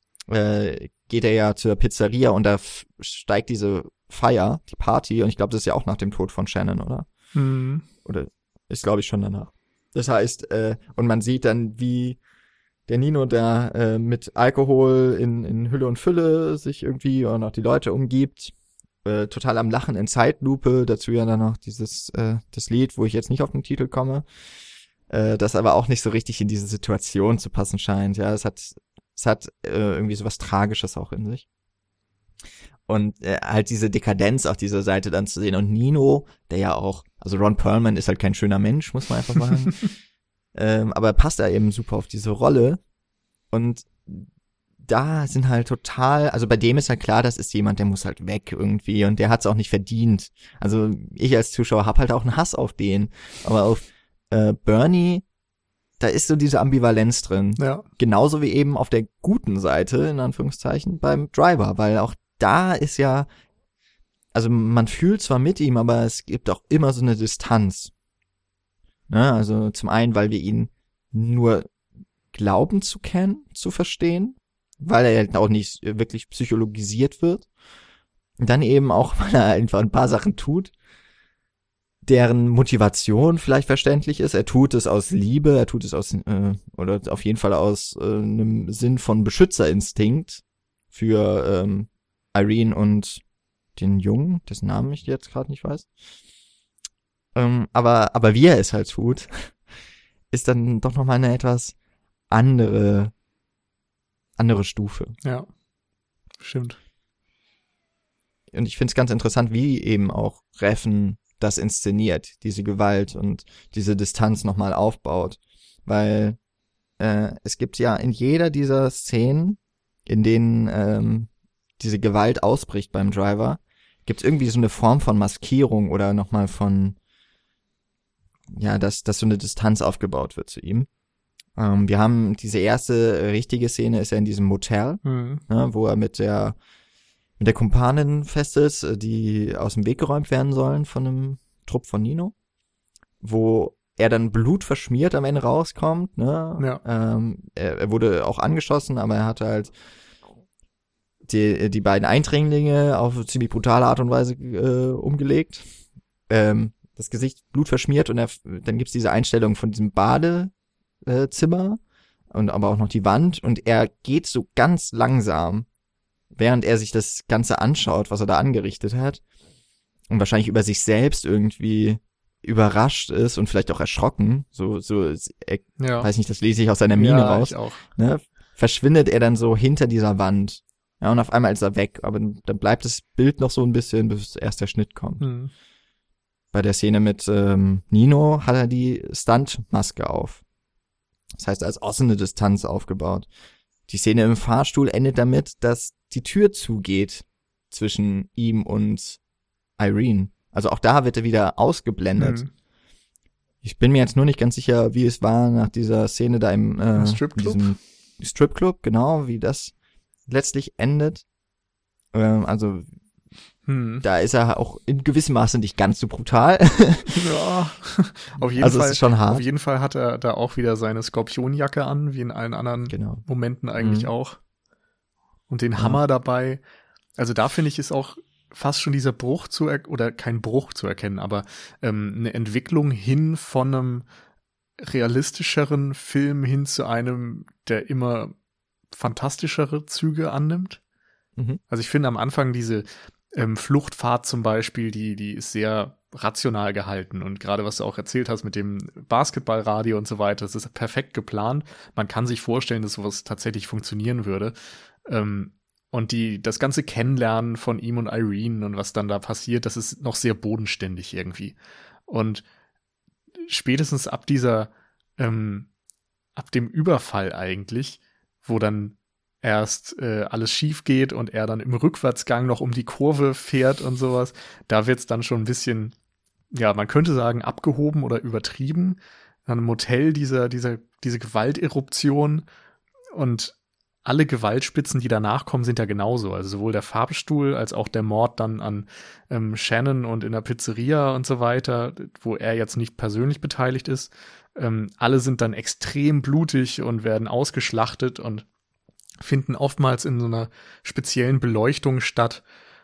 geht er ja zur Pizzeria und da steigt diese Feier, die Party, und ich glaube, das ist ja auch nach dem Tod von Shannon, oder? Mhm. Oder ist, glaube ich, schon danach. Das heißt, und man sieht dann, wie der Nino da mit Alkohol in Hülle und Fülle sich irgendwie und auch die Leute umgibt, total am Lachen in Zeitlupe, dazu ja dann noch das Lied, wo ich jetzt nicht auf den Titel komme, das aber auch nicht so richtig in diese Situation zu passen scheint. Ja, es hat irgendwie so was Tragisches auch in sich. Und halt diese Dekadenz auf dieser Seite dann zu sehen. Und Nino, der ja auch, also Ron Perlman ist halt kein schöner Mensch, muss man einfach sagen. Aber er passt da eben super auf diese Rolle. Und da sind halt total, also bei dem ist halt klar, das ist jemand, der muss halt weg irgendwie. Und der hat es auch nicht verdient. Also ich als Zuschauer hab halt auch einen Hass auf den. Aber auf Bernie, da ist so diese Ambivalenz drin. Ja. Genauso wie eben auf der guten Seite, in Anführungszeichen, beim Driver. Weil auch da ist ja, also man fühlt zwar mit ihm, aber es gibt auch immer so eine Distanz. Ne? Also zum einen, weil wir ihn nur glauben zu kennen, zu verstehen, weil er halt auch nicht wirklich psychologisiert wird. Und dann eben auch, weil er einfach ein paar Sachen tut, deren Motivation vielleicht verständlich ist. Er tut es aus Liebe, er tut es aus, oder auf jeden Fall aus einem Sinn von Beschützerinstinkt für Irene und den Jungen, dessen Namen ich jetzt gerade nicht weiß. Aber wie er es halt tut, ist dann doch nochmal eine etwas andere Stufe. Ja, stimmt. Und ich finde es ganz interessant, wie eben auch Refn das inszeniert, diese Gewalt und diese Distanz nochmal aufbaut. Weil es gibt ja in jeder dieser Szenen, in denen diese Gewalt ausbricht beim Driver, gibt es irgendwie so eine Form von Maskierung oder nochmal von, ja, dass so eine Distanz aufgebaut wird zu ihm. Wir haben diese erste richtige Szene, ist ja in diesem Motel, ne, wo er mit der Kumpanin fest ist, die aus dem Weg geräumt werden sollen von einem Trupp von Nino, wo er dann blutverschmiert am Ende rauskommt, ne? Ja. Er wurde auch angeschossen, aber er hatte halt die beiden Eindringlinge auf ziemlich brutale Art und Weise umgelegt. Das Gesicht blutverschmiert und dann gibt's diese Einstellung von diesem Badezimmer und aber auch noch die Wand und er geht so ganz langsam, während er sich das Ganze anschaut, was er da angerichtet hat und wahrscheinlich über sich selbst irgendwie überrascht ist und vielleicht auch erschrocken, weiß nicht, das lese ich aus seiner Miene raus, ich auch. Ne, verschwindet er dann so hinter dieser Wand. Ja, und auf einmal ist er weg, aber dann bleibt das Bild noch so ein bisschen, bis erst der Schnitt kommt. Bei der Szene mit Nino hat er die Stuntmaske auf. Das heißt, da ist auch so eine Distanz aufgebaut. Die Szene im Fahrstuhl endet damit, dass die Tür zugeht zwischen ihm und Irene. Also auch da wird er wieder ausgeblendet. Ich bin mir jetzt nur nicht ganz sicher, wie es war nach dieser Szene da im Stripclub? Stripclub, genau, wie das letztlich endet. Also da ist er auch in gewissem Maße nicht ganz so brutal. Ja, auf jeden also Fall. Es ist schon hart. Auf jeden Fall hat er da auch wieder seine Skorpionjacke an, wie in allen anderen Momenten eigentlich auch. Und den Hammer dabei. Also da finde ich, ist auch fast schon dieser Bruch oder kein Bruch zu erkennen, aber eine Entwicklung hin von einem realistischeren Film hin zu einem, der immer fantastischere Züge annimmt. Also ich finde am Anfang diese Fluchtfahrt zum Beispiel, die ist sehr rational gehalten und gerade was du auch erzählt hast mit dem Basketballradio und so weiter, das ist perfekt geplant. Man kann sich vorstellen, dass sowas tatsächlich funktionieren würde. Und das ganze Kennenlernen von ihm und Irene und was dann da passiert, das ist noch sehr bodenständig irgendwie. Und spätestens ab dem Überfall eigentlich, wo dann erst alles schief geht und er dann im Rückwärtsgang noch um die Kurve fährt und sowas. Da wird's dann schon ein bisschen, ja, man könnte sagen, abgehoben oder übertrieben. Dann im Hotel diese Gewalteruption und alle Gewaltspitzen, die danach kommen, sind ja genauso. Also sowohl der Fahrstuhl als auch der Mord dann an Shannon und in der Pizzeria und so weiter, wo er jetzt nicht persönlich beteiligt ist. Alle sind dann extrem blutig und werden ausgeschlachtet und finden oftmals in so einer speziellen Beleuchtung statt.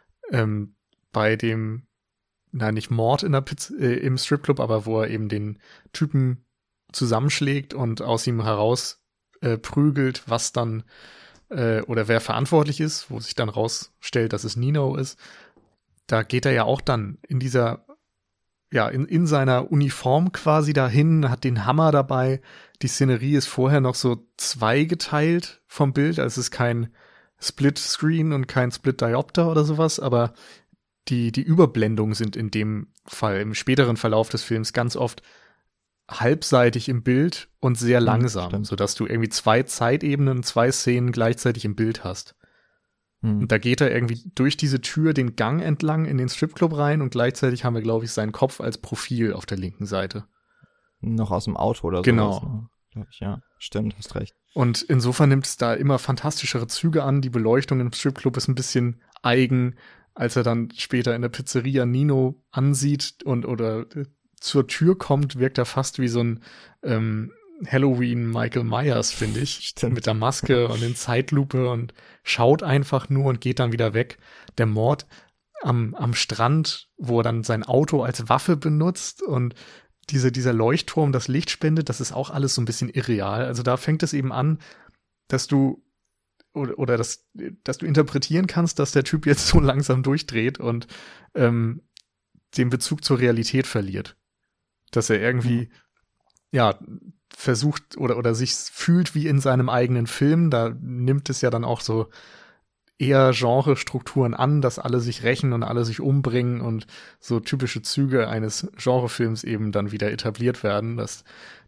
Bei dem, nicht Mord in der im Stripclub, aber wo er eben den Typen zusammenschlägt und aus ihm heraus prügelt, was dann oder wer verantwortlich ist, wo sich dann rausstellt, dass es Nino ist. Da geht er ja auch dann in dieser, ja, in seiner Uniform quasi dahin, hat den Hammer dabei. Die Szenerie ist vorher noch so zweigeteilt vom Bild, also es ist kein Split-Screen und kein Split-Diopter oder sowas, aber die Überblendungen sind in dem Fall, im späteren Verlauf des Films ganz oft halbseitig im Bild und sehr langsam, sodass du irgendwie 2 Zeitebenen, 2 Szenen gleichzeitig im Bild hast. Und da geht er irgendwie durch diese Tür den Gang entlang in den Stripclub rein und gleichzeitig haben wir, glaube ich, seinen Kopf als Profil auf der linken Seite. Noch aus dem Auto oder so. Genau. Ne? Glaub ich, ja, stimmt, hast recht. Und insofern nimmt es da immer fantastischere Züge an. Die Beleuchtung im Stripclub ist ein bisschen eigen, als er dann später in der Pizzeria Nino ansieht oder zur Tür kommt, wirkt er fast wie so ein Halloween Michael Myers, finde ich. Stimmt. Mit der Maske und in Zeitlupe und schaut einfach nur und geht dann wieder weg. Der Mord am Strand, wo er dann sein Auto als Waffe benutzt und dieser Leuchtturm das Licht spendet, das ist auch alles so ein bisschen irreal. Also da fängt es eben an, dass du dass du interpretieren kannst, dass der Typ jetzt so langsam durchdreht und den Bezug zur Realität verliert. Dass er irgendwie, ja, versucht oder sich fühlt wie in seinem eigenen Film. Da nimmt es ja dann auch so eher Genrestrukturen an, dass alle sich rächen und alle sich umbringen und so typische Züge eines Genrefilms eben dann wieder etabliert werden, dass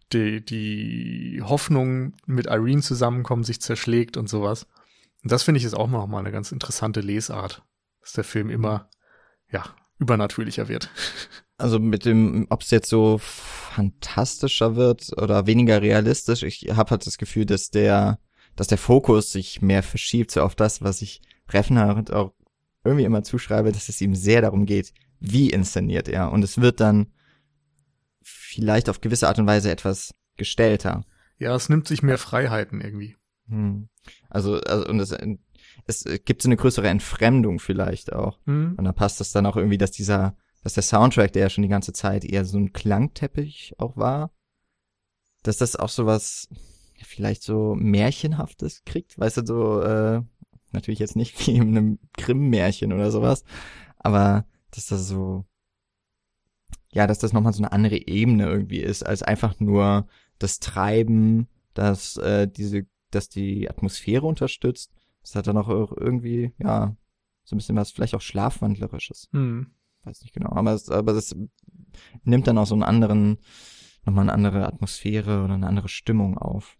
die Hoffnung mit Irene zusammenkommen, sich zerschlägt und sowas. Und das finde ich ist auch noch mal eine ganz interessante Lesart, dass der Film immer, ja, übernatürlicher wird. Also mit dem, ob es jetzt so fantastischer wird oder weniger realistisch, ich habe halt das Gefühl, dass der Fokus sich mehr verschiebt, so auf das, was ich Refn auch irgendwie immer zuschreibe, dass es ihm sehr darum geht, wie inszeniert er. Und es wird dann vielleicht auf gewisse Art und Weise etwas gestellter. Ja, es nimmt sich mehr Freiheiten irgendwie. Also und es gibt so eine größere Entfremdung vielleicht auch. Und da passt es dann auch irgendwie, dass der Soundtrack, der ja schon die ganze Zeit eher so ein Klangteppich auch war, dass das auch sowas vielleicht so Märchenhaftes kriegt, weißt du, so natürlich jetzt nicht wie in einem Grimm-Märchen oder sowas, aber dass das so, ja, dass das nochmal so eine andere Ebene irgendwie ist, als einfach nur das Treiben, dass die Atmosphäre unterstützt. Das hat dann auch irgendwie, ja, so ein bisschen was, vielleicht auch Schlafwandlerisches. Weiß nicht genau, aber das nimmt dann auch so nochmal eine andere Atmosphäre oder eine andere Stimmung auf.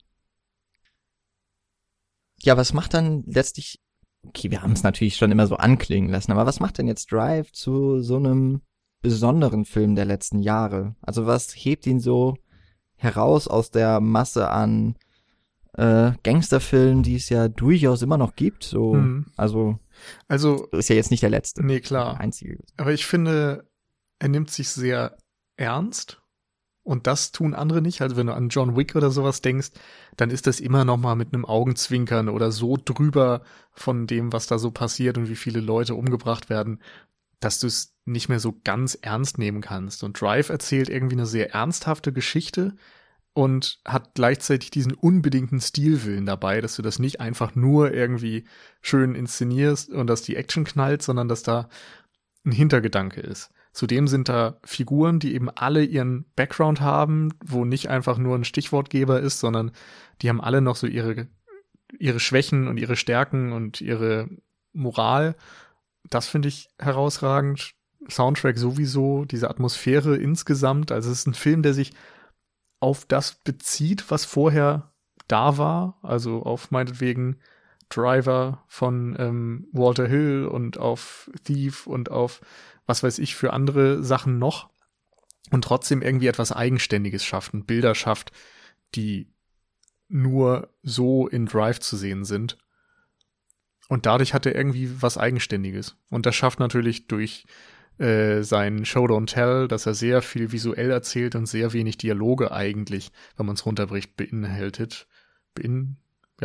Ja, was macht dann letztlich, okay, wir haben es natürlich schon immer so anklingen lassen, aber was macht denn jetzt Drive zu so einem besonderen Film der letzten Jahre? Also was hebt ihn so heraus aus der Masse an Gangsterfilmen, die es ja durchaus immer noch gibt? So, also ist ja jetzt nicht der letzte. Nee, klar. Der einzige. Aber ich finde, er nimmt sich sehr ernst. Und das tun andere nicht. Also wenn du an John Wick oder sowas denkst, dann ist das immer noch mal mit einem Augenzwinkern oder so drüber von dem, was da so passiert und wie viele Leute umgebracht werden, dass du es nicht mehr so ganz ernst nehmen kannst. Und Drive erzählt irgendwie eine sehr ernsthafte Geschichte und hat gleichzeitig diesen unbedingten Stilwillen dabei, dass du das nicht einfach nur irgendwie schön inszenierst und dass die Action knallt, sondern dass da ein Hintergedanke ist. Zudem sind da Figuren, die eben alle ihren Background haben, wo nicht einfach nur ein Stichwortgeber ist, sondern die haben alle noch so ihre Schwächen und ihre Stärken und ihre Moral. Das finde ich herausragend. Soundtrack sowieso, diese Atmosphäre insgesamt. Also es ist ein Film, der sich auf das bezieht, was vorher da war. Also auf meinetwegen Driver von Walter Hill und auf Thief und auf was weiß ich für andere Sachen noch und trotzdem irgendwie etwas Eigenständiges schafft und Bilder schafft, die nur so in Drive zu sehen sind. Und dadurch hat er irgendwie was Eigenständiges. Und das schafft natürlich durch sein Show Don't Tell, dass er sehr viel visuell erzählt und sehr wenig Dialoge eigentlich, wenn man es runterbricht, beinhaltet, ne?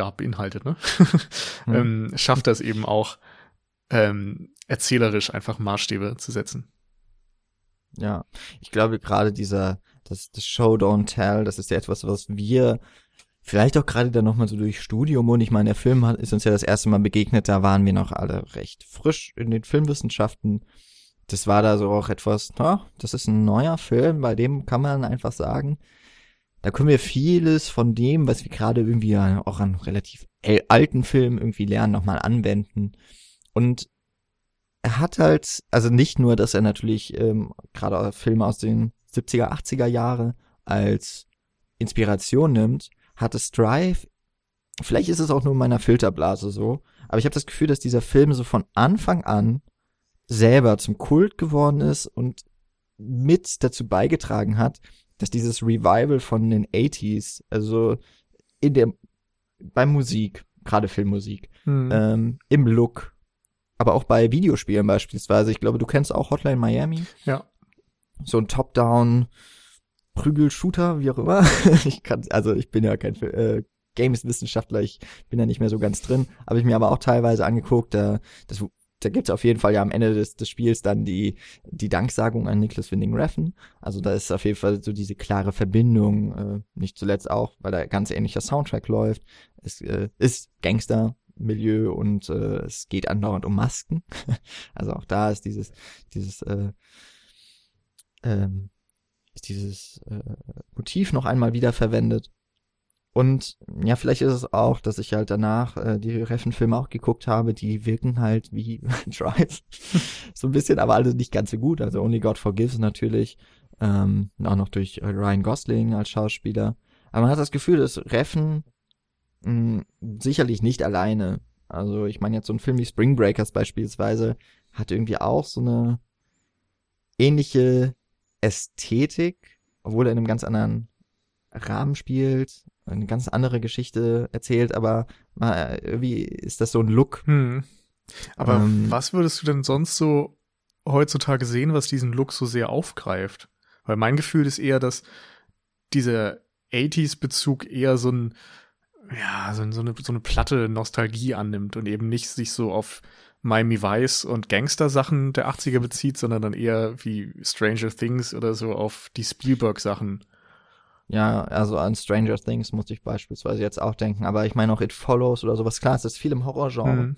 Schafft das eben auch, erzählerisch einfach Maßstäbe zu setzen. Ja, ich glaube gerade das Show Don't Tell, das ist ja etwas, was wir vielleicht auch gerade dann nochmal so durch Studium, und ich meine, der Film ist uns ja das erste Mal begegnet, da waren wir noch alle recht frisch in den Filmwissenschaften. Das war da so auch etwas, das ist ein neuer Film, bei dem kann man einfach sagen, da können wir vieles von dem, was wir gerade irgendwie auch an relativ alten Filmen irgendwie lernen, nochmal anwenden. Und er hat halt, also nicht nur, dass er natürlich gerade Filme aus den 70er, 80er Jahre als Inspiration nimmt, hat es Drive, vielleicht ist es auch nur in meiner Filterblase so, aber ich habe das Gefühl, dass dieser Film so von Anfang an selber zum Kult geworden ist und mit dazu beigetragen hat, dass dieses Revival von den 80s, also bei Musik, gerade Filmmusik, im Look, aber auch bei Videospielen beispielsweise, ich glaube, du kennst auch Hotline Miami. Ja. So ein Top-Down Prügel-Shooter, wie auch immer. Ich bin ja kein Games-Wissenschaftler, ich bin da nicht mehr so ganz drin, habe ich mir aber auch teilweise angeguckt, da gibt's auf jeden Fall ja am Ende des Spiels dann die Danksagung an Nicolas Winding Refn. Also da ist auf jeden Fall so diese klare Verbindung, nicht zuletzt auch, weil da ganz ähnlicher Soundtrack läuft. Es ist Gangster-Milieu und es geht andauernd um Masken. Also auch da ist dieses Motiv noch einmal wiederverwendet. Und ja, vielleicht ist es auch, dass ich halt danach die Refn-Filme auch geguckt habe, die wirken halt wie Drive. So ein bisschen, aber alle nicht ganz so gut. Also Only God Forgives natürlich, auch noch durch Ryan Gosling als Schauspieler. Aber man hat das Gefühl, dass Refn sicherlich nicht alleine. Also ich meine jetzt so ein Film wie Spring Breakers beispielsweise hat irgendwie auch so eine ähnliche Ästhetik, obwohl er in einem ganz anderen Rahmen spielt, eine ganz andere Geschichte erzählt, aber irgendwie ist das so ein Look. Aber was würdest du denn sonst so heutzutage sehen, was diesen Look so sehr aufgreift? Weil mein Gefühl ist eher, dass dieser 80s-Bezug eher so eine platte Nostalgie annimmt und eben nicht sich so auf Miami Vice und Gangster-Sachen der 80er bezieht, sondern dann eher wie Stranger Things oder so auf die Spielberg-Sachen. Ja, also an Stranger Things muss ich beispielsweise jetzt auch denken, aber ich meine auch It Follows oder sowas. Klar, es ist viel im Horrorgenre.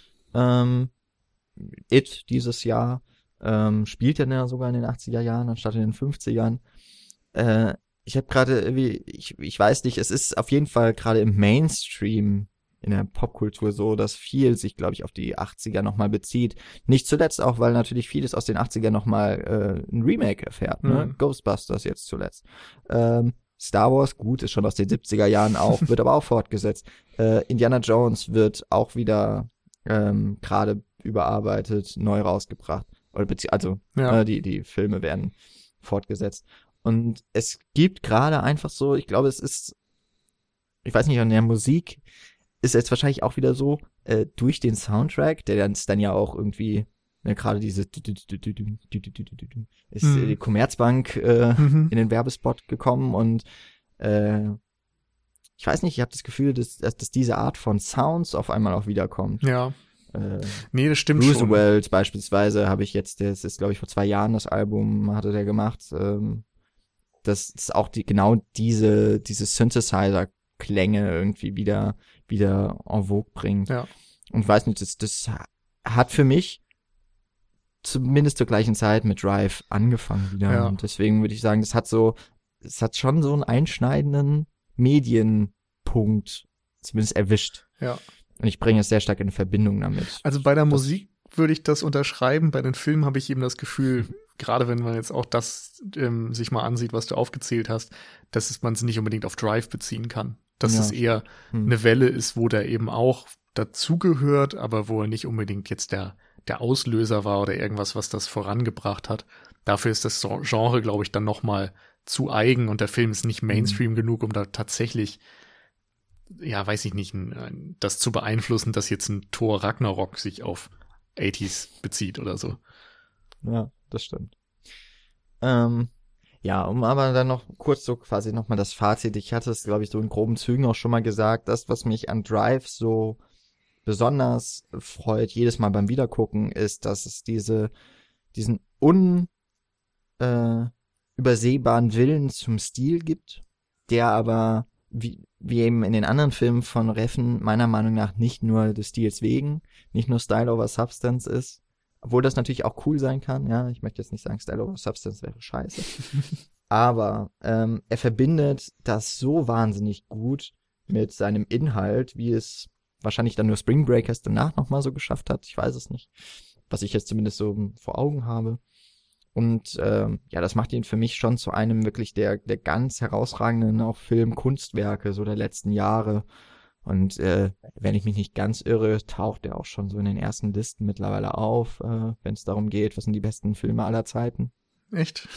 It dieses Jahr spielt ja sogar in den 80er Jahren anstatt in den 50ern. Ich habe gerade irgendwie, ich weiß nicht, es ist auf jeden Fall gerade im Mainstream in der Popkultur so, dass viel sich, glaube ich, auf die 80er nochmal bezieht. Nicht zuletzt auch, weil natürlich vieles aus den 80er nochmal ein Remake erfährt, ne? Ghostbusters jetzt zuletzt. Star Wars, gut, ist schon aus den 70er Jahren auch, wird aber auch fortgesetzt. Indiana Jones wird auch wieder gerade überarbeitet, neu rausgebracht. Die Filme werden fortgesetzt. Und es gibt gerade einfach so, ich glaube, ich weiß nicht, an der Musik ist jetzt wahrscheinlich auch wieder so, durch den Soundtrack, der dann ja auch irgendwie, gerade diese ist die Commerzbank in den Werbespot gekommen und ich weiß nicht, ich habe das Gefühl, dass diese Art von Sounds auf einmal auch wiederkommt. Ja. Nee, das stimmt Roosevelt schon. Roosevelt beispielsweise habe ich jetzt, das ist glaube ich vor 2 Jahren das Album, hatte der gemacht, das ist auch diese Synthesizer-Klänge irgendwie wieder en vogue bringt. Ja. Und ich weiß nicht, das hat für mich zumindest zur gleichen Zeit mit Drive angefangen wieder. Ja. Und deswegen würde ich sagen, es hat schon so einen einschneidenden Medienpunkt zumindest erwischt. Ja. Und ich bringe es sehr stark in Verbindung damit. Also bei der Musik würde ich das unterschreiben. Bei den Filmen habe ich eben das Gefühl, gerade wenn man jetzt auch das sich mal ansieht, was du aufgezählt hast, dass man es nicht unbedingt auf Drive beziehen kann. dass Ja. es eher eine Welle ist, wo der eben auch dazugehört, aber wo er nicht unbedingt jetzt der Auslöser war oder irgendwas, was das vorangebracht hat. Dafür ist das Genre, glaube ich, dann noch mal zu eigen und der Film ist nicht Mainstream genug, um da tatsächlich, ja, weiß ich nicht, das zu beeinflussen, dass jetzt ein Thor Ragnarok sich auf 80s bezieht oder so. Ja, das stimmt. Ja, um aber dann noch kurz so quasi nochmal das Fazit. Ich hatte es, glaube ich, so in groben Zügen auch schon mal gesagt. Das, was mich an Drive so besonders freut, jedes Mal beim Wiedergucken, ist, dass es diesen übersehbaren Willen zum Stil gibt, der aber, wie eben in den anderen Filmen von Refn, meiner Meinung nach nicht nur des Stils wegen, nicht nur Style over Substance ist, obwohl das natürlich auch cool sein kann, ja, ich möchte jetzt nicht sagen, Style over Substance wäre scheiße, aber er verbindet das so wahnsinnig gut mit seinem Inhalt, wie es wahrscheinlich dann nur Spring Breakers danach nochmal so geschafft hat, ich weiß es nicht, was ich jetzt zumindest so vor Augen habe. Und ja, das macht ihn für mich schon zu einem wirklich der ganz herausragenden auch Filmkunstwerke so der letzten Jahre. Und wenn ich mich nicht ganz irre, taucht er auch schon so in den ersten Listen mittlerweile auf, wenn es darum geht, was sind die besten Filme aller Zeiten. Echt?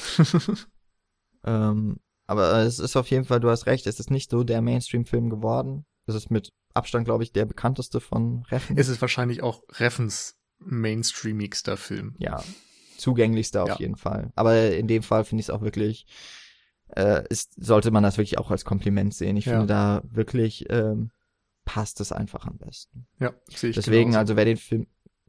Aber es ist auf jeden Fall, du hast recht, es ist nicht so der Mainstream-Film geworden. Es ist mit Abstand, glaube ich, der bekannteste von Refn. Es ist wahrscheinlich auch Refns mainstreamigster Film. Ja, zugänglichster auf jeden Fall. Aber in dem Fall finde ich es auch wirklich, sollte man das wirklich auch als Kompliment sehen. Ich finde da wirklich passt es einfach am besten. Ja, sehe ich. Deswegen, also wer den Film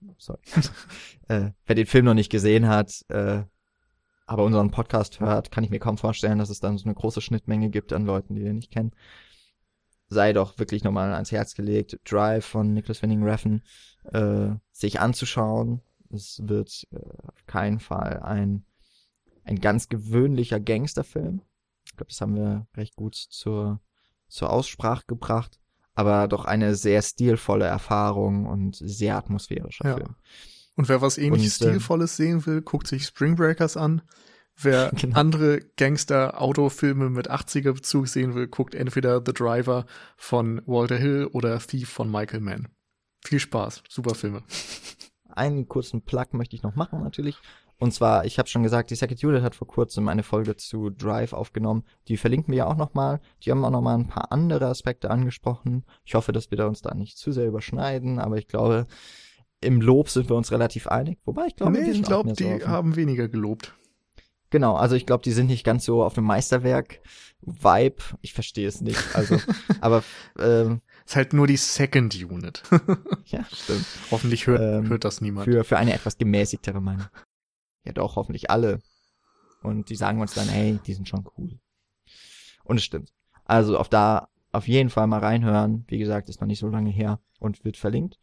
noch nicht gesehen hat, aber unseren Podcast hört, kann ich mir kaum vorstellen, dass es dann so eine große Schnittmenge gibt an Leuten, die den nicht kennen. Sei doch wirklich nochmal ans Herz gelegt, Drive von Nicolas Winding Refn sich anzuschauen. Es wird auf keinen Fall ein ganz gewöhnlicher Gangsterfilm. Ich glaube, das haben wir recht gut zur Aussprache gebracht. Aber doch eine sehr stilvolle Erfahrung und sehr atmosphärischer Film. Und wer was ähnlich Stilvolles sehen will, guckt sich Spring Breakers an. Wer andere Gangster-Autofilme mit 80er-Bezug sehen will, guckt entweder The Driver von Walter Hill oder Thief von Michael Mann. Viel Spaß, super Filme. Einen kurzen Plug möchte ich noch machen natürlich. Und zwar, ich habe schon gesagt, die Second Unit hat vor kurzem eine Folge zu Drive aufgenommen. Die verlinken wir ja auch nochmal. Die haben auch nochmal ein paar andere Aspekte angesprochen. Ich hoffe, dass wir da uns da nicht zu sehr überschneiden, aber ich glaube, im Lob sind wir uns relativ einig. Wobei, ich glaube, die haben weniger gelobt. Genau, also ich glaube, die sind nicht ganz so auf dem Meisterwerk-Vibe. Ich verstehe es nicht. Also, aber ist halt nur die Second Unit. Ja, stimmt. Hoffentlich hört das niemand. Für eine etwas gemäßigtere Meinung. Ja doch, hoffentlich alle. Und die sagen uns dann, hey, die sind schon cool. Und es stimmt. Also auf jeden Fall mal reinhören. Wie gesagt, ist noch nicht so lange her und wird verlinkt.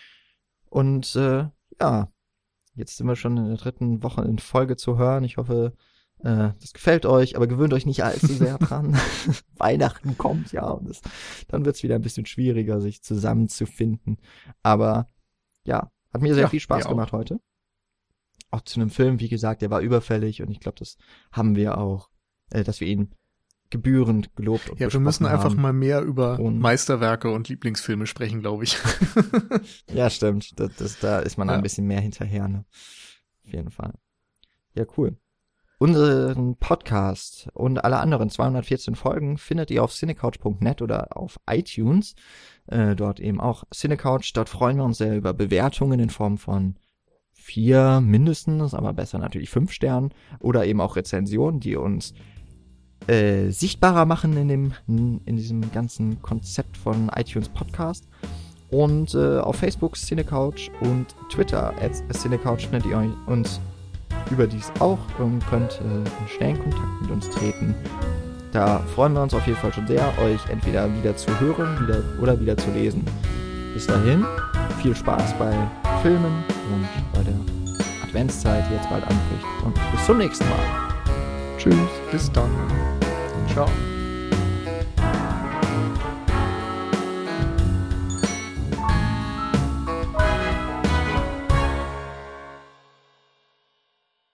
Und ja, jetzt sind wir schon in der 3. Woche in Folge zu hören. Ich hoffe, das gefällt euch, aber gewöhnt euch nicht allzu sehr dran. Weihnachten kommt, ja, und dann wird's wieder ein bisschen schwieriger, sich zusammenzufinden. Aber ja, hat mir sehr viel Spaß gemacht heute. Auch zu einem Film, wie gesagt, der war überfällig und ich glaube, das haben wir auch, dass wir ihn gebührend gelobt und wir müssen einfach mal mehr über Meisterwerke und Lieblingsfilme sprechen, glaube ich. Ja, stimmt. Da ist man ein bisschen mehr hinterher, ne? Auf jeden Fall. Ja, cool. Unseren Podcast und alle anderen 214 Folgen findet ihr auf cinecouch.net oder auf iTunes. Dort eben auch Cinecouch. Dort freuen wir uns sehr über Bewertungen in Form von 4 mindestens, aber besser natürlich 5 Sternen oder eben auch Rezensionen, die uns sichtbarer machen in diesem ganzen Konzept von iTunes Podcast. Und auf Facebook Cinecouch und Twitter @cinecouch findet ihr uns überdies auch und könnt in schnellen Kontakt mit uns treten. Da freuen wir uns auf jeden Fall schon sehr, euch entweder wieder zu hören oder wieder zu lesen. Bis dahin, viel Spaß bei Filmen und bei der Adventszeit, die jetzt bald anbricht. Und bis zum nächsten Mal. Tschüss. Bis dann. Ciao.